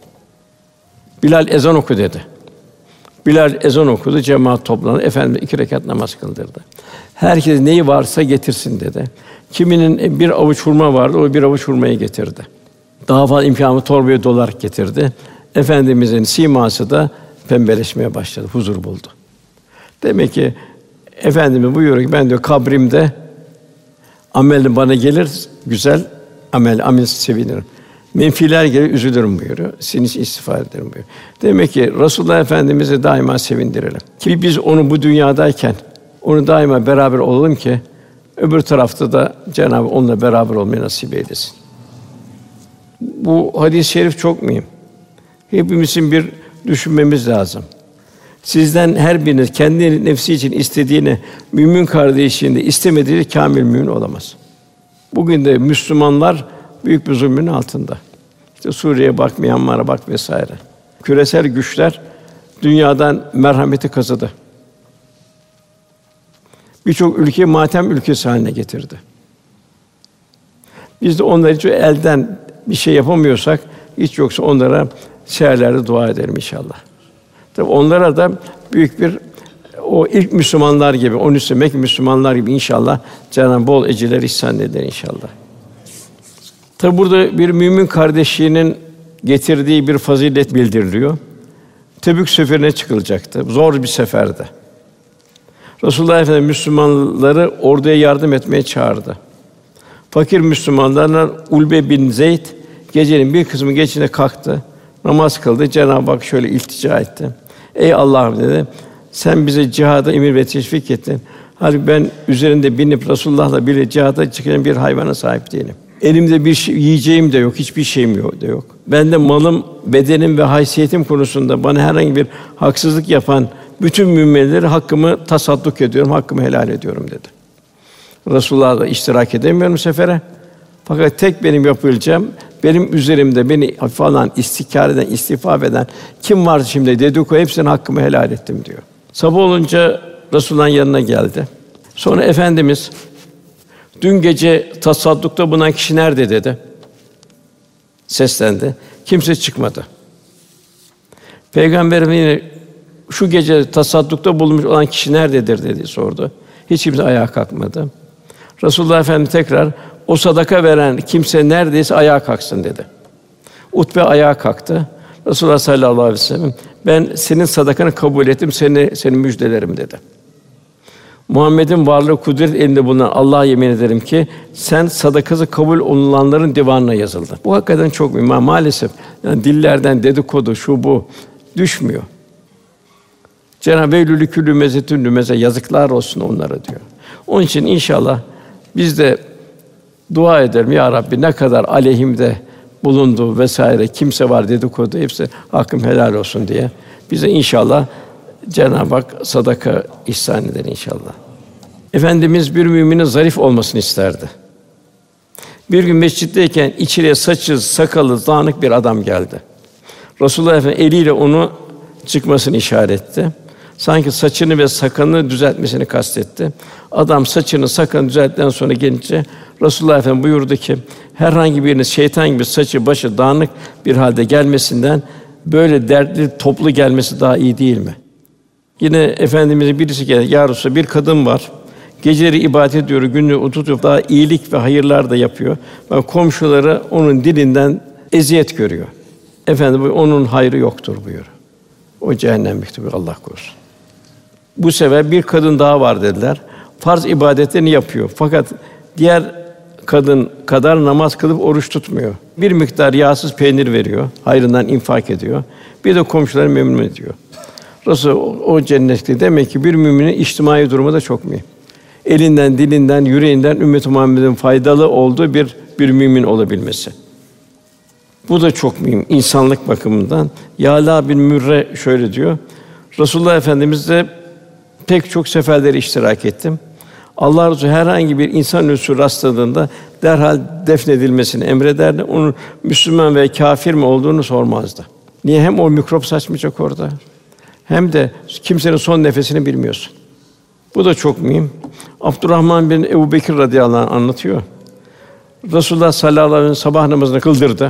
[SPEAKER 2] Bilal ezan oku dedi. Bilal ezan okudu, cemaat toplandı. Efendimiz iki rekat namaz kıldırdı. Herkes neyi varsa getirsin dedi. Kiminin bir avuç hurma vardı, o bir avuç hurmayı getirdi. Daha fazla imkânı torbaya dolarak getirdi. Efendimizin siması da pembeleşmeye başladı, huzur buldu. Demek ki Efendimiz buyuruyor ki ben diyor kabrimde amel bana gelir güzel amel amel sevinirim. Menfiler gelir üzülürüm buyuruyor. Sizin için istiğfar ederim buyuruyor. Demek ki Resulullah Efendimiz'i daima sevindirelim. Ki biz onu bu dünyadayken onu daima beraber olalım ki öbür tarafta da Cenab-ı onunla beraber olmayı nasip eylesin. Bu hadis-i şerif çok mühim. Hepimizin bir düşünmemiz lazım. Sizden her biriniz kendi nefsi için istediğini mümin kardeşinde istemediği kâmil mümin olamaz. Bugün de Müslümanlar büyük bir zulmün altında. İşte Suriye'ye bak, Myanmar'a bak vesaire. Küresel güçler dünyadan merhameti kazıdı. Birçok ülkeyi matem ülkesi haline getirdi. Biz de onlar için elden bir şey yapamıyorsak hiç yoksa onlara seherlerde dua edelim inşallah. Tabii onlara da büyük bir o ilk Müslümanlar gibi, on üç Mekke Müslümanlar gibi inşallah Cenab-ı bol ecirler ihsan eder inşallah. Tabii burada bir mümin kardeşliğinin getirdiği bir fazilet bildiriliyor. Tebük seferine çıkılacaktı. Zor bir seferdi. Resulullah Efendimiz Müslümanları orduya yardım etmeye çağırdı. Fakir Müslümanlardan Ulbe bin Zeyd gecenin bir kısmı geçince kalktı. Namaz kıldı. Cenab-ı Hak şöyle iltica etti. Ey Allah'ım dedi. Sen bize cihada emir ve teşvik ettin. Halbuki ben üzerinde binip Resulullah'la bile cihada çıkan bir hayvana sahip değilim. Elimde bir şey, yiyeceğim de yok, hiçbir şeyim yok da yok. Ben de malım, bedenim ve haysiyetim konusunda bana herhangi bir haksızlık yapan bütün müminlere hakkımı tasadduk ediyorum, hakkımı helal ediyorum dedi. Resulullah'la iştirak edemiyorum sefere. Fakat tek benim yapılacağım, benim üzerimde beni hafife alan, istikâr eden, istifâ eden kim varsa şimdi dedikodu hepsinin hakkımı helal ettim diyor. Sabah olunca Resulullah'ın yanına geldi. Sonra Efendimiz dün gece tasaddukta bulunan kişi nerede dedi. Seslendi. Kimse çıkmadı. Peygamberimiz yine şu gece tasaddukta bulunmuş olan kişi nerededir dedi sordu. Hiç kimse ayağa kalkmadı. Resulullah Efendimiz tekrar o sadaka veren kimse neredeyse ayağa kalksın dedi. Utbe ayağa kalktı. Resulullah sallallahu aleyhi ve sellem ben senin sadakanı kabul ettim, seni senin müjdelerim dedi. Muhammed'in varlığı kudret elinde bulunan Allah'a yemin ederim ki sen sadakası kabul olulanların divanına yazıldın. Bu hakikaten çok mühim. Ma maalesef yani dillerden dedikodu şu bu düşmüyor. Cenab-ı Eylül küllü mezetün lümeze yazıklar olsun onlara diyor. Onun için inşallah biz de dua edelim ya Rabbi ne kadar aleyhimde bulundu vesaire kimse var dedikodu hepsi hakkım helal olsun diye bize inşallah Cenab-ı Hak sadaka ihsan eder inşallah. Efendimiz bir müminin zarif olmasını isterdi. Bir gün mescitteyken içeriye saçı, sakalı dağınık bir adam geldi. Resulullah Efendimiz eliyle onu çıkmasını işaret etti. Sanki saçını ve sakalını düzeltmesini kastetti. Adam saçını, sakalını düzelttikten sonra gelince Resulullah Efendimiz buyurdu ki herhangi biriniz şeytan gibi saçı, başı dağınık bir halde gelmesinden böyle dertli toplu gelmesi daha iyi değil mi? Yine Efendimiz'e birisi geldi. Ya Resulallah, bir kadın var. Geceleri ibadet ediyor, günlüğü tutuyor. Daha iyilik ve hayırlar da yapıyor. Bak komşuları onun dilinden eziyet görüyor. Efendimiz onun hayrı yoktur buyuruyor. O cehennemliktir Allah korusun. Bu sefer bir kadın daha var dediler. Farz ibadetlerini yapıyor. Fakat diğer kadın kadar namaz kılıp oruç tutmuyor. Bir miktar yağsız peynir veriyor. Hayrından infak ediyor. Bir de komşuları memnun ediyor. Resul o cennetli. Demek ki bir müminin içtimai durumu da çok mühim. Elinden, dilinden, yüreğinden ümmet-i Muhammed'in faydalı olduğu bir bir mümin olabilmesi. Bu da çok mühim insanlık bakımından. Yâlâ bin Mürre şöyle diyor. Resulullah Efendimiz'le pek çok seferlere iştirak ettim. Allah Resulü herhangi bir insan ölüsü rastladığında derhal defnedilmesini emrederdi. Onun Müslüman ve kâfir mi olduğunu sormazdı. Niye? Hem o mikrop saçmayacak orada. Hem de kimsenin son nefesini bilmiyorsun. Bu da çok mühim. Abdurrahman bin Ebubekir radıyallahu anh anlatıyor. Resulullah sallallahu aleyhi ve sellem sabah namazını kıldırdı.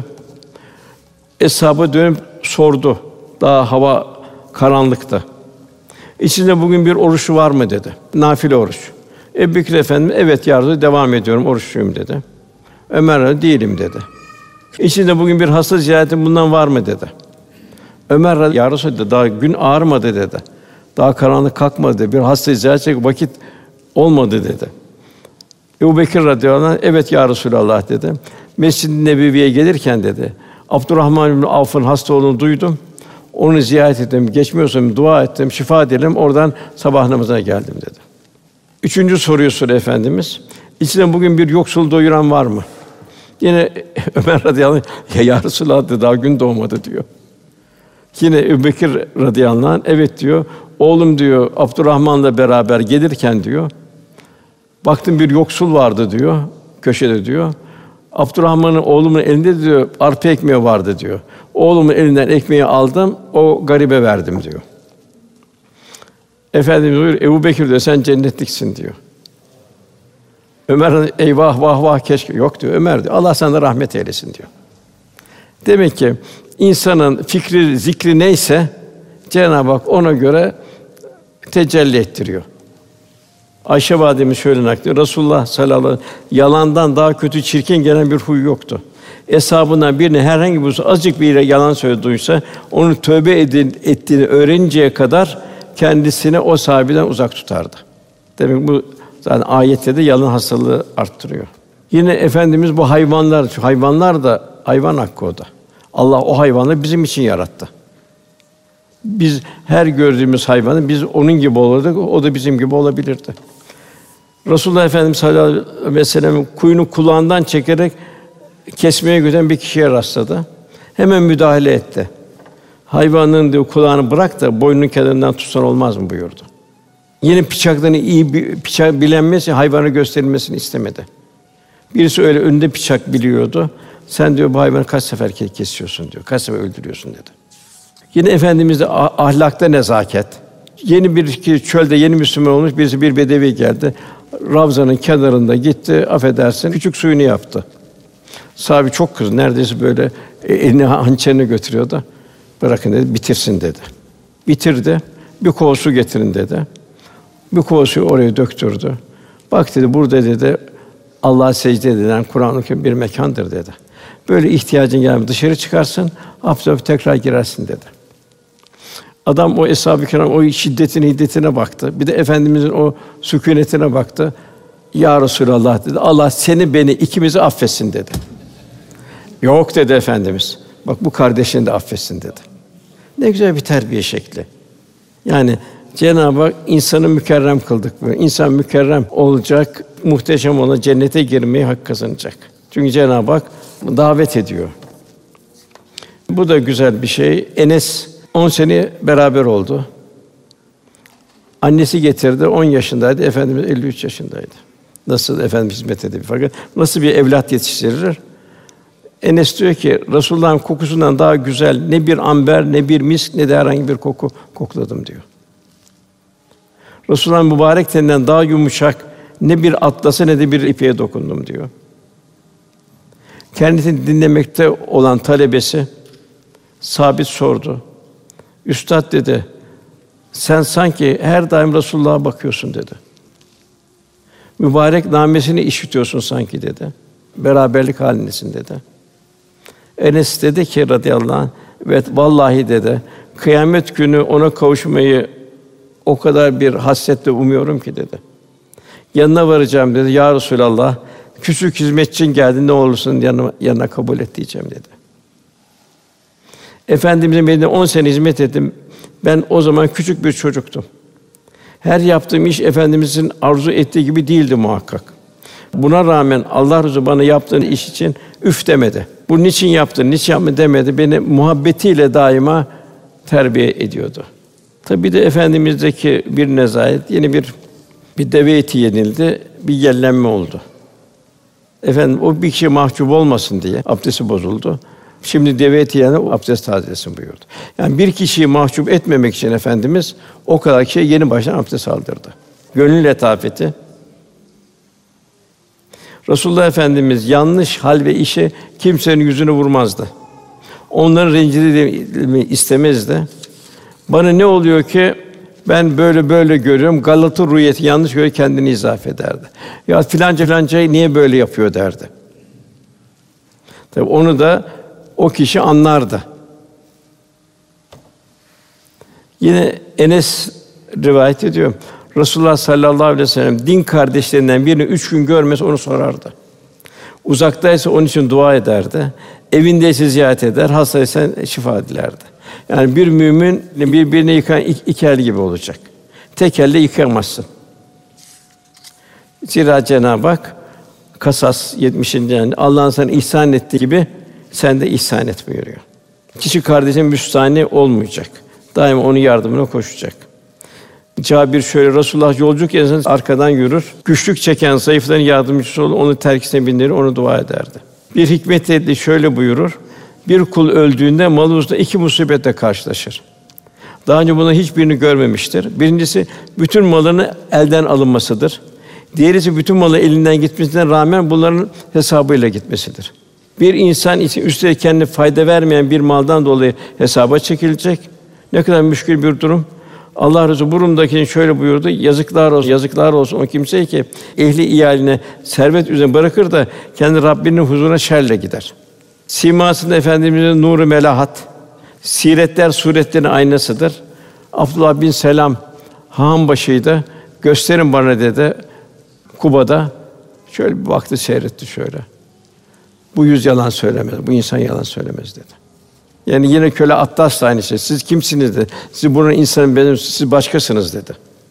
[SPEAKER 2] Eshâbı dönüp sordu. Daha hava karanlıktı. İçinde bugün bir oruçlu var mı dedi. Nafile oruç. Ebubekir Efendimiz evet ya Resulallah, devam ediyorum oruçluyum dedi. Ömer değilim dedi. İçinde bugün bir hasta ziyaretin bundan var mı dedi. Ömer ya Resulallah daha gün ağarmadı dedi. Daha karanlık kalkmadı dedi. Bir hastayı ziyaret edecek vakit olmadı dedi. Ebubekir radıyallahu anh, evet ya Resulallah dedi. Mescid-i Nebevi'ye gelirken dedi, Abdurrahman bin Avf'ın hasta olduğunu duydum. Onu ziyaret ettim, geçmiyorsam dua ettim, şifa diledim. Oradan sabah namazına geldim dedi. Üçüncü soruyu soruyor Efendimiz. İçinde bugün bir yoksul doyuran var mı? Yine Ömer radıyallahu anh, ya, ya Resulallah dedi, daha gün doğmadı diyor. Yine Ebubekir radıyallahu anh, evet diyor. Oğlum diyor, Abdurrahman'la beraber gelirken diyor, baktım bir yoksul vardı diyor, köşede diyor. Abdurrahman'ın oğlumun elinde diyor, arpa ekmeği vardı diyor. Oğlumun elinden ekmeği aldım, o garibe verdim diyor. Efendimiz buyuruyor, Ebubekir diyor, sen cennetliksin diyor. Ömer, eyvah vah vah keşke. Yok diyor, Ömer diyor, Allah sana rahmet eylesin diyor. Demek ki insanın fikri, zikri neyse Cenab-ı Hak ona göre tecelli ettiriyor. Ayşe validemiz şöyle naklediyor. Resulullah sallallahu aleyhi ve sellem yalandan daha kötü, çirkin gelen bir huy yoktu. Eshabından birine herhangi bir azıcık bir yalan söylediğiyse onu tövbe edin, ettiğini öğreninceye kadar kendisini o sahabeden uzak tutardı. Demek bu zaten ayette de yalan hastalığı arttırıyor. Yine Efendimiz bu hayvanlar, şu hayvanlar da hayvan hakkı o da. Allah o hayvanları bizim için yarattı. Biz her gördüğümüz hayvanı biz onun gibi olurduk, o da bizim gibi olabilirdi. Resulullah Efendimiz sallallahu aleyhi ve sellem kuyunu kulağından çekerek kesmeye götüren bir kişiye rastladı. Hemen müdahale etti. Hayvanın diyor kulağını bırak da boynunun kenarından tutsan olmaz mı buyurdu. Yine bıçaklarını iyi bir bıçak bilenmesi hayvana gösterilmesini istemedi. Birisi öyle önünde bıçak biliyordu. Sen diyor bu hayvanı kaç sefer kesiyorsun diyor. Kaç sefer öldürüyorsun dedi. Yine Efendimiz'de ahlakta nezaket. Yeni bir iki çölde yeni Müslüman olmuş birisi bir bedevi geldi. Ravzanın kenarında gitti, affedersin, küçük suyunu yaptı. Sahabe çok kızdı. Neredeyse böyle elini hançerini götürüyordu. Bırakın dedi, bitirsin dedi. Bitirdi. Bir kova su getirin dedi. Bir kova suyu oraya döktürdü. Bak dedi, burada dedi Allah'a secde edilen Kur'an-ı Kerim bir mekandır dedi. Böyle ihtiyacın geldiğinde dışarı çıkarsın, abdest tekrar girersin dedi. Adam o eshab-ı kiram o şiddetine, hiddetine baktı. Bir de Efendimizin o sükûnetine baktı. Ya Resulallah dedi. Allah seni beni ikimizi affetsin dedi. Yok dedi Efendimiz. Bak bu kardeşini de affetsin dedi. Ne güzel bir terbiye şekli. Yani Cenab-ı Hak insanı mükerrem kıldık böyle. İnsan mükerrem olacak, muhteşem olan cennete girmeyi hak kazanacak. Çünkü Cenab-ı Hak davet ediyor. Bu da güzel bir şey. Enes on sene beraber oldu. Annesi getirdi, on yaşındaydı. Efendimiz elli üç yaşındaydı. Nasıl Efendimiz hizmet edebilir? Fakat nasıl bir evlat yetiştirir? Enes diyor ki Resulullah'ın kokusundan daha güzel ne bir amber, ne bir misk, ne de herhangi bir koku kokladım diyor. Resulullah'ın mübarek teninden daha yumuşak ne bir atlasa ne de bir ipeğe dokundum diyor. Kendisini dinlemekte olan talebesi Sabit sordu. Üstad dedi, sen sanki her daim Resulullah'a bakıyorsun dedi. Mübarek namesini işitiyorsun sanki dedi. Beraberlik halindesin dedi. Enes dedi ki radıyallahu anh, evet vallahi dedi, kıyamet günü ona kavuşmayı o kadar bir hasretle umuyorum ki dedi. Yanına varacağım dedi. Ya Resulallah, küçük hizmetçin geldi, ne olursun yanına, yanına kabul et diyeceğim dedi. Efendimiz'in benim on sene hizmet ettim. Ben o zaman küçük bir çocuktum. Her yaptığım iş Efendimiz'in arzu ettiği gibi değildi muhakkak. Buna rağmen Allah Resulü bana yaptığın iş için üf demedi. Bunun için yaptın, niçin yapmadın demedi. Beni muhabbetiyle daima terbiye ediyordu. Tabii bir de Efendimiz'deki bir nezahet, yeni bir bir deve eti yenildi, bir yellenme oldu. Efendim o bir kişi mahcup olmasın diye abdesti bozuldu. Şimdi deve eti yene abdest tazelesin buyurdu. Yani bir kişiyi mahcup etmemek için Efendimiz o kadar kişiye yeni baştan abdest aldırdı. Gönül letafeti. Resulullah Efendimiz yanlış hal ve işe kimsenin yüzünü vurmazdı. Onların rencide istemezdi. Bana ne oluyor ki ben böyle böyle görüyorum. Galata rüyeti yanlış göre kendini izaf ederdi. Ya filanca filancayı niye böyle yapıyor derdi. Tabii onu da o kişi anlardı. Yine Enes rivayet ediyor. Resulullah sallallahu aleyhi ve sellem din kardeşlerinden birini üç gün görmez onu sorardı. Uzaktaysa onun için dua ederdi. Evindeyse ziyaret eder, hastaysa şifa dilerdi. Yani bir mümin birbirini yıkan iki el gibi olacak. Tek elle yıkayamazsın. Zira Cenab-ı Hak Kasas yetmişinci yani Allah'ın sana ihsan ettiği gibi sen de ihsan et buyuruyor. Kişi kardeşine müstahni olmayacak. Daima onun yardımına koşacak. Cabir şöyle Resulullah yolculuk esnasında arkadan yürür. Güçlük çeken zayıfların yardımcısı olur. Onu terkisine bindirir, onu dua ederdi. Bir hikmet-i şöyle buyurur. Bir kul öldüğünde malı uzda iki musibetle karşılaşır. Daha önce bunların hiçbirini görmemiştir. Birincisi bütün malının elden alınmasıdır. Diğerisi bütün malı elinden gitmesine rağmen bunların hesabıyla gitmesidir. Bir insan için üstelik kendine fayda vermeyen bir maldan dolayı hesaba çekilecek. Ne kadar müşkül bir durum. Allah Resulü bu durumdakini şöyle buyurdu: yazıklar olsun, yazıklar olsun o kimseye ki ehli iyaline servet üzerine bırakır da kendi Rabbinin huzuruna şerle gider. Simasında Efendimizin nuru melahat, siretler suretlerin aynasıdır. Abdullah bin Selam han başıydı. Gösterin bana dedi Kuba'da. Şöyle bir baktı, seyretti şöyle. Bu yüz yalan söylemez, bu insan yalan söylemez dedi. Yani yine köle Attas da aynı şey. Siz kimsiniz dedi. Siz buranın insanı benim, siz başkasınız dedi.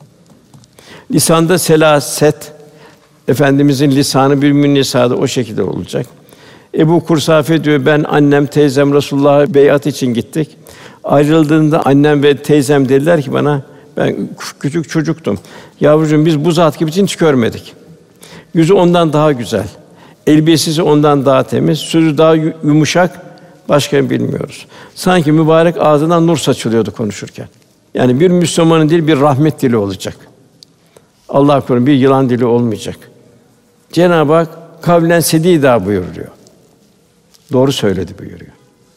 [SPEAKER 2] Lisanda selaset, Efendimizin lisanı bir mümin lisanı o şekilde olacak. Ebu Kursafe diyor, ben annem, teyzem Resulullah'a beyat için gittik. Ayrıldığında annem ve teyzem dediler ki bana, ben küçük çocuktum. Yavrucuğum biz bu zat gibi hiç görmedik. Yüzü ondan daha güzel, elbisesi ondan daha temiz, sözü daha yumuşak, başka bilmiyoruz. Sanki mübarek ağzından nur saçılıyordu konuşurken. Yani bir Müslümanın dili bir rahmet dili olacak. Allah korusun bir yılan dili olmayacak. Cenab-ı Hak kavlen sedîdâ buyuruyor. Doğru söyledi buyuruyor.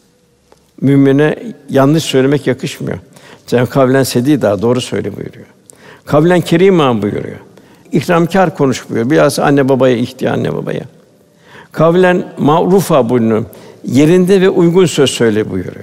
[SPEAKER 2] Mümine yanlış söylemek yakışmıyor. Cenab-ı Hak kavlen sedîdâ doğru söyle buyuruyor. Kavlen kerîmâ buyuruyor. İkramkâr konuş buyuruyor. Biraz anne babaya ihtiyaç anne babaya. Kavlen ma'rûfâ buyuruyor. Yerinde ve uygun söz söyle buyuruyor.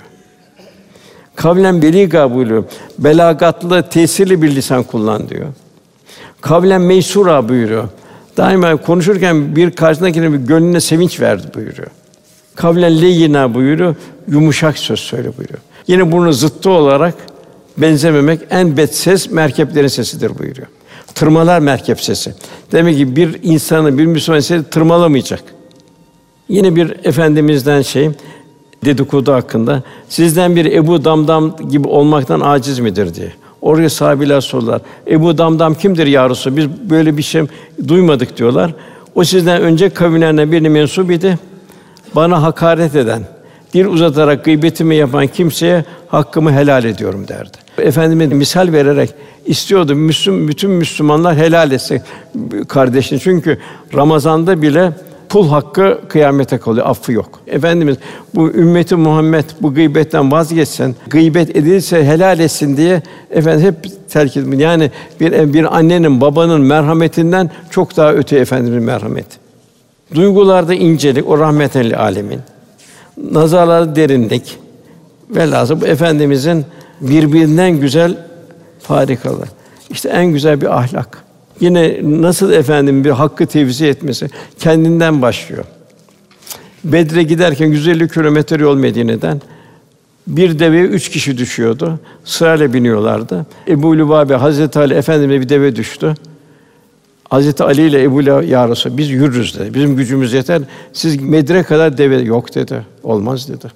[SPEAKER 2] Kavlen belîgâ buyuruyor. Belagatlı, tesirli bir lisan kullan diyor. Kavlen meysûrâ buyuruyor. Daima konuşurken bir karşındakine bir gönlüne sevinç verdi buyuruyor. Kavlen leyyinâ buyuruyor. Yumuşak söz söyle buyuruyor. Yine bunun zıttı olarak benzememek en bet ses merkeplerin sesidir buyuruyor. Tırmalar merkep sesi. Demek ki bir insanı, bir Müslüman sesi tırmalamayacak. Yine bir efendimizden şey dedikodu hakkında sizden bir Ebu Damdam gibi olmaktan aciz midir diye. Oraya sahabeler sordular. Ebu Damdam kimdir ya Resulallah? Biz böyle bir şey duymadık diyorlar. O sizden önce kavimlerinden birine mensup idi. Bana hakaret eden, dil uzatarak gıybetimi yapan kimseye hakkımı helal ediyorum derdi. Efendimiz misal vererek istiyordu Müslüm bütün Müslümanlar helal etse kardeşini. Çünkü Ramazan'da bile kul hakkı kıyamete kalıyor, affı yok. Efendimiz bu ümmeti Muhammed bu gıybetten vazgeçsen, gıybet edilse helal etsin diye efendim hep terk etmiş. Yani bir bir annenin, babanın merhametinden çok daha öte Efendimizin merhameti. Duygularda incelik, o rahmeten lil âlemin. Nazarlarda derinlik. Velhâsıl bu Efendimizin birbirinden güzel farikalar. İşte en güzel bir ahlak. Yine nasıl efendim bir hakkı tevzi etmesi kendinden başlıyor. Bedre giderken yüz elli kilometre yol Medine'den bir deveye üç kişi düşüyordu. Sırayla biniyorlardı. Ebu Lübabe Hazreti Ali Efendimiz'e bir deve düştü. Hazreti Ali ile Ebu Lübabe ya Resulallah biz yürürüz dedi. Bizim gücümüz yeter. Siz Medine kadar deve yok dedi. Olmaz dedi.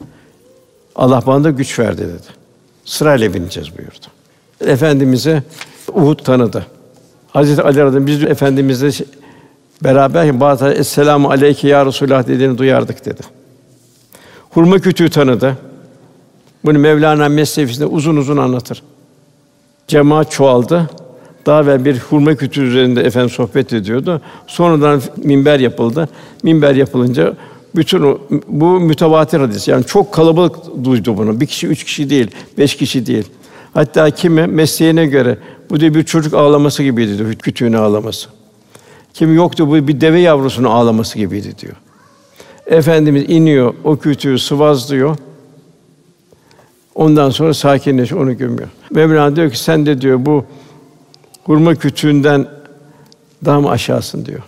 [SPEAKER 2] Allah bana da güç verdi dedi. Sırayla bineceğiz buyurdu. Efendimiz'e Uhud tanıdı. Hazreti Ali radıyallahu biz Efendimizle beraber bazı "Esselamu aleyke ya Resulullah" dediğini duyardık dedi. Hurma kütüğü tanıdı. Bunu Mevlana Mesnevisinde uzun uzun anlatır. Cemaat çoğaldı. Daha evvel bir hurma kütüğü üzerinde efendim sohbet ediyordu. Sonradan minber yapıldı. Minber yapılınca bütün o, bu mütevatir hadis. Yani çok kalabalık duydu bunu. Bir kişi, üç kişi değil, beş kişi değil. Hatta kimi mesleğine göre bu da bir çocuk ağlaması gibiydi diyor, kütüğün ağlaması. Kimi yoktu bu bir deve yavrusunun ağlaması gibiydi diyor. Efendimiz iniyor, o kütüğü sıvazlıyor. Ondan sonra sakinleşiyor, onu gömüyor. Mevlana diyor ki sen de diyor bu hurma kütüğünden daha mı aşağısın diyor.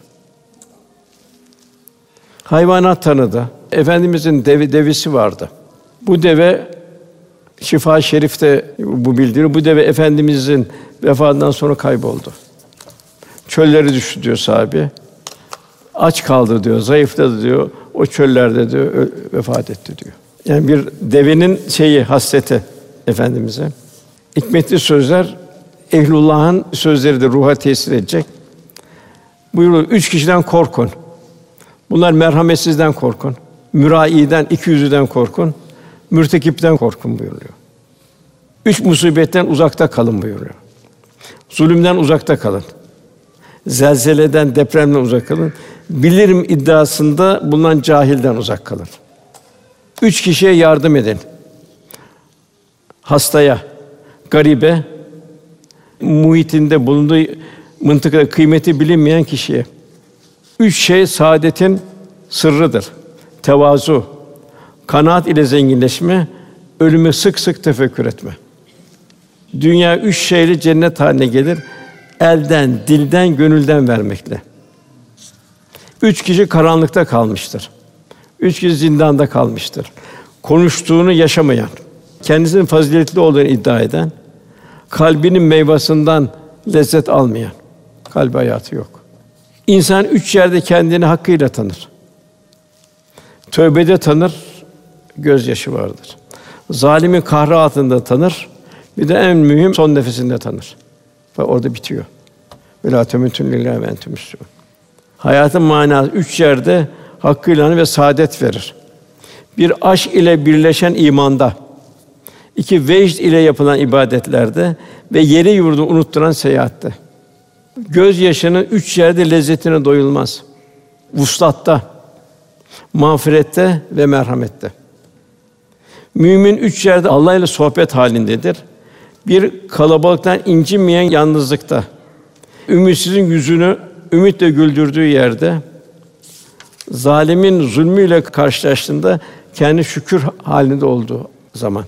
[SPEAKER 2] Hayvanat tanıdı. Efendimizin deve, devesi vardı. Bu deve Şifa-i Şerif'te bu bildiriyor. Bu deve Efendimizin vefatından sonra kayboldu. Çöllere düştü diyor sahabe. Aç kaldı diyor, zayıfladı diyor. O çöllerde diyor vefat etti diyor. Yani bir devenin şeyi hasreti Efendimize. Hikmetli sözler ehlullah'ın sözleri de ruha tesir edecek. Buyuruyor, üç kişiden korkun. Bunlar merhametsizden korkun. Müraiden, ikiyüzlüden korkun. Mürtekipten korkun buyuruyor. Üç musibetten uzakta kalın buyuruyor. Zulümden uzakta kalın. Zelzeleden, depremden uzak kalın. Bilirim iddiasında bulunan cahilden uzak kalın. Üç kişiye yardım edin. Hastaya, garibe, muhitinde bulunduğu mıntıkada kıymeti bilinmeyen kişiye. Üç şey saadetin sırrıdır. Tevazu, kanaat ile zenginleşme, ölümü sık sık tefekkür etme. Dünya üç şeyle cennet haline gelir. Elden, dilden, gönülden vermekle. Üç kişi karanlıkta kalmıştır. Üç kişi zindanda kalmıştır. Konuştuğunu yaşamayan, kendisinin faziletli olduğunu iddia eden, kalbinin meyvasından lezzet almayan, kalbi hayatı yok. İnsan üç yerde kendini hakkıyla tanır. Tövbede tanır, gözyaşı vardır. Zalimin kahrı altında tanır, bir de en mühim son nefesinde tanır. Ve orada bitiyor. Velâ temutun lillahi ve entüm müslümûn. Hayatın manası üç yerde hakkıyla ve saadet verir. Bir aşk ile birleşen imanda, iki vecd ile yapılan ibadetlerde ve yeri yurdu unutturan seyahatte. Göz yaşının üç yerde lezzetine doyulmaz. Vuslatta, mağfirette ve merhamette. Mümin üç yerde Allah ile sohbet halindedir. Bir, kalabalıktan incinmeyen yalnızlıkta. Ümitsizin yüzünü ümitle güldürdüğü yerde. Zalimin zulmüyle karşılaştığında kendi şükür halinde olduğu zaman.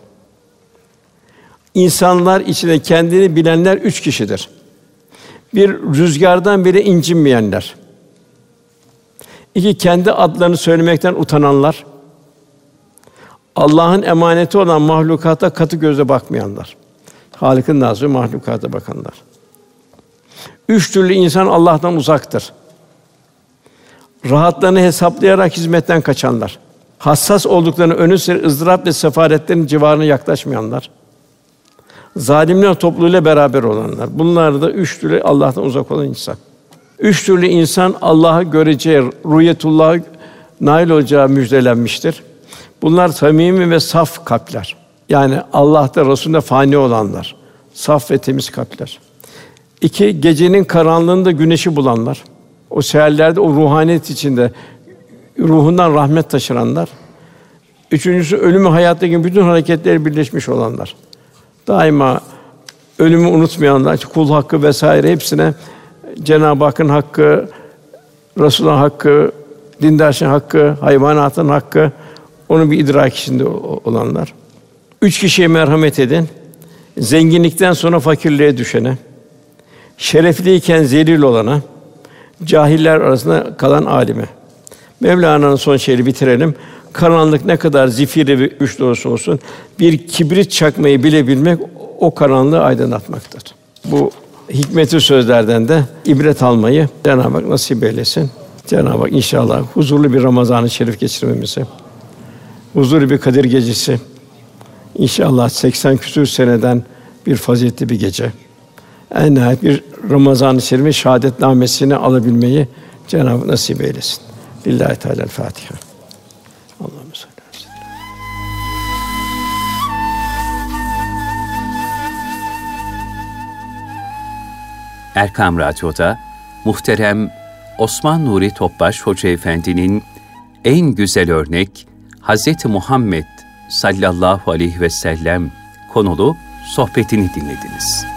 [SPEAKER 2] İnsanlar içinde kendini bilenler üç kişidir. Bir, rüzgârdan bile incinmeyenler. İki, kendi adlarını söylemekten utananlar. Allah'ın emaneti olan mahlukata katı gözle bakmayanlar. Hâlik'in nazırı mahlukata bakanlar. Üç türlü insan Allah'tan uzaktır. Rahatlarını hesaplayarak hizmetten kaçanlar. Hassas olduklarını önü sıra ızdırap ve sefaretlerin civarına yaklaşmayanlar. Zalimler topluluğuyla beraber olanlar. Bunlar da üç türlü Allah'tan uzak olan insan. Üç türlü insan Allah'ı göreceği, ruhiyetullah'a nail olacağı müjdelenmiştir. Bunlar samimi ve saf kalpler. Yani Allah'ta, Resûl'ünde fani olanlar, saf ve temiz kalpler. İki, gecenin karanlığında güneşi bulanlar. O seherlerde o ruhaniyet içinde ruhundan rahmet taşıranlar. Üçüncüsü, ölümü hayattaki bütün hareketleri birleşmiş olanlar. Daima ölümü unutmayanlar, kul hakkı vesaire hepsine Cenab-ı Hakk'ın hakkı, Resûl'ün hakkı, dindaşın hakkı, hayvanatın hakkı, onun bir idrak içinde olanlar. Üç kişiye merhamet edin. Zenginlikten sonra fakirliğe düşene, şerefliyken zelil olana, cahiller arasında kalan alime. Mevlana'nın son şiiri bitirelim. Karanlık ne kadar zifiri ve güçlü olursa olsun bir kibrit çakmayı bilebilmek o karanlığı aydınlatmaktır. Bu hikmetli sözlerden de ibret almayı Cenab-ı Hak nasip eylesin. Cenab-ı Hak inşallah huzurlu bir Ramazan-ı Şerif geçirmemizi, huzurlu bir Kadir Gecesi, inşallah seksen küsur seneden bir faziletli bir gece, en nihayet bir Ramazan-ı Şerif'in şahadetnamesini alabilmeyi Cenab-ı Hak nasip eylesin. Lillahi Teala'l-Fâtiha. Allahümme salli aleyhi ve sellem.
[SPEAKER 1] Erkam Radyo'da muhterem Osman Nuri Topbaş Hoca Efendi'nin en güzel örnek Hazreti Muhammed sallallahu aleyhi ve sellem konulu sohbetini dinlediniz.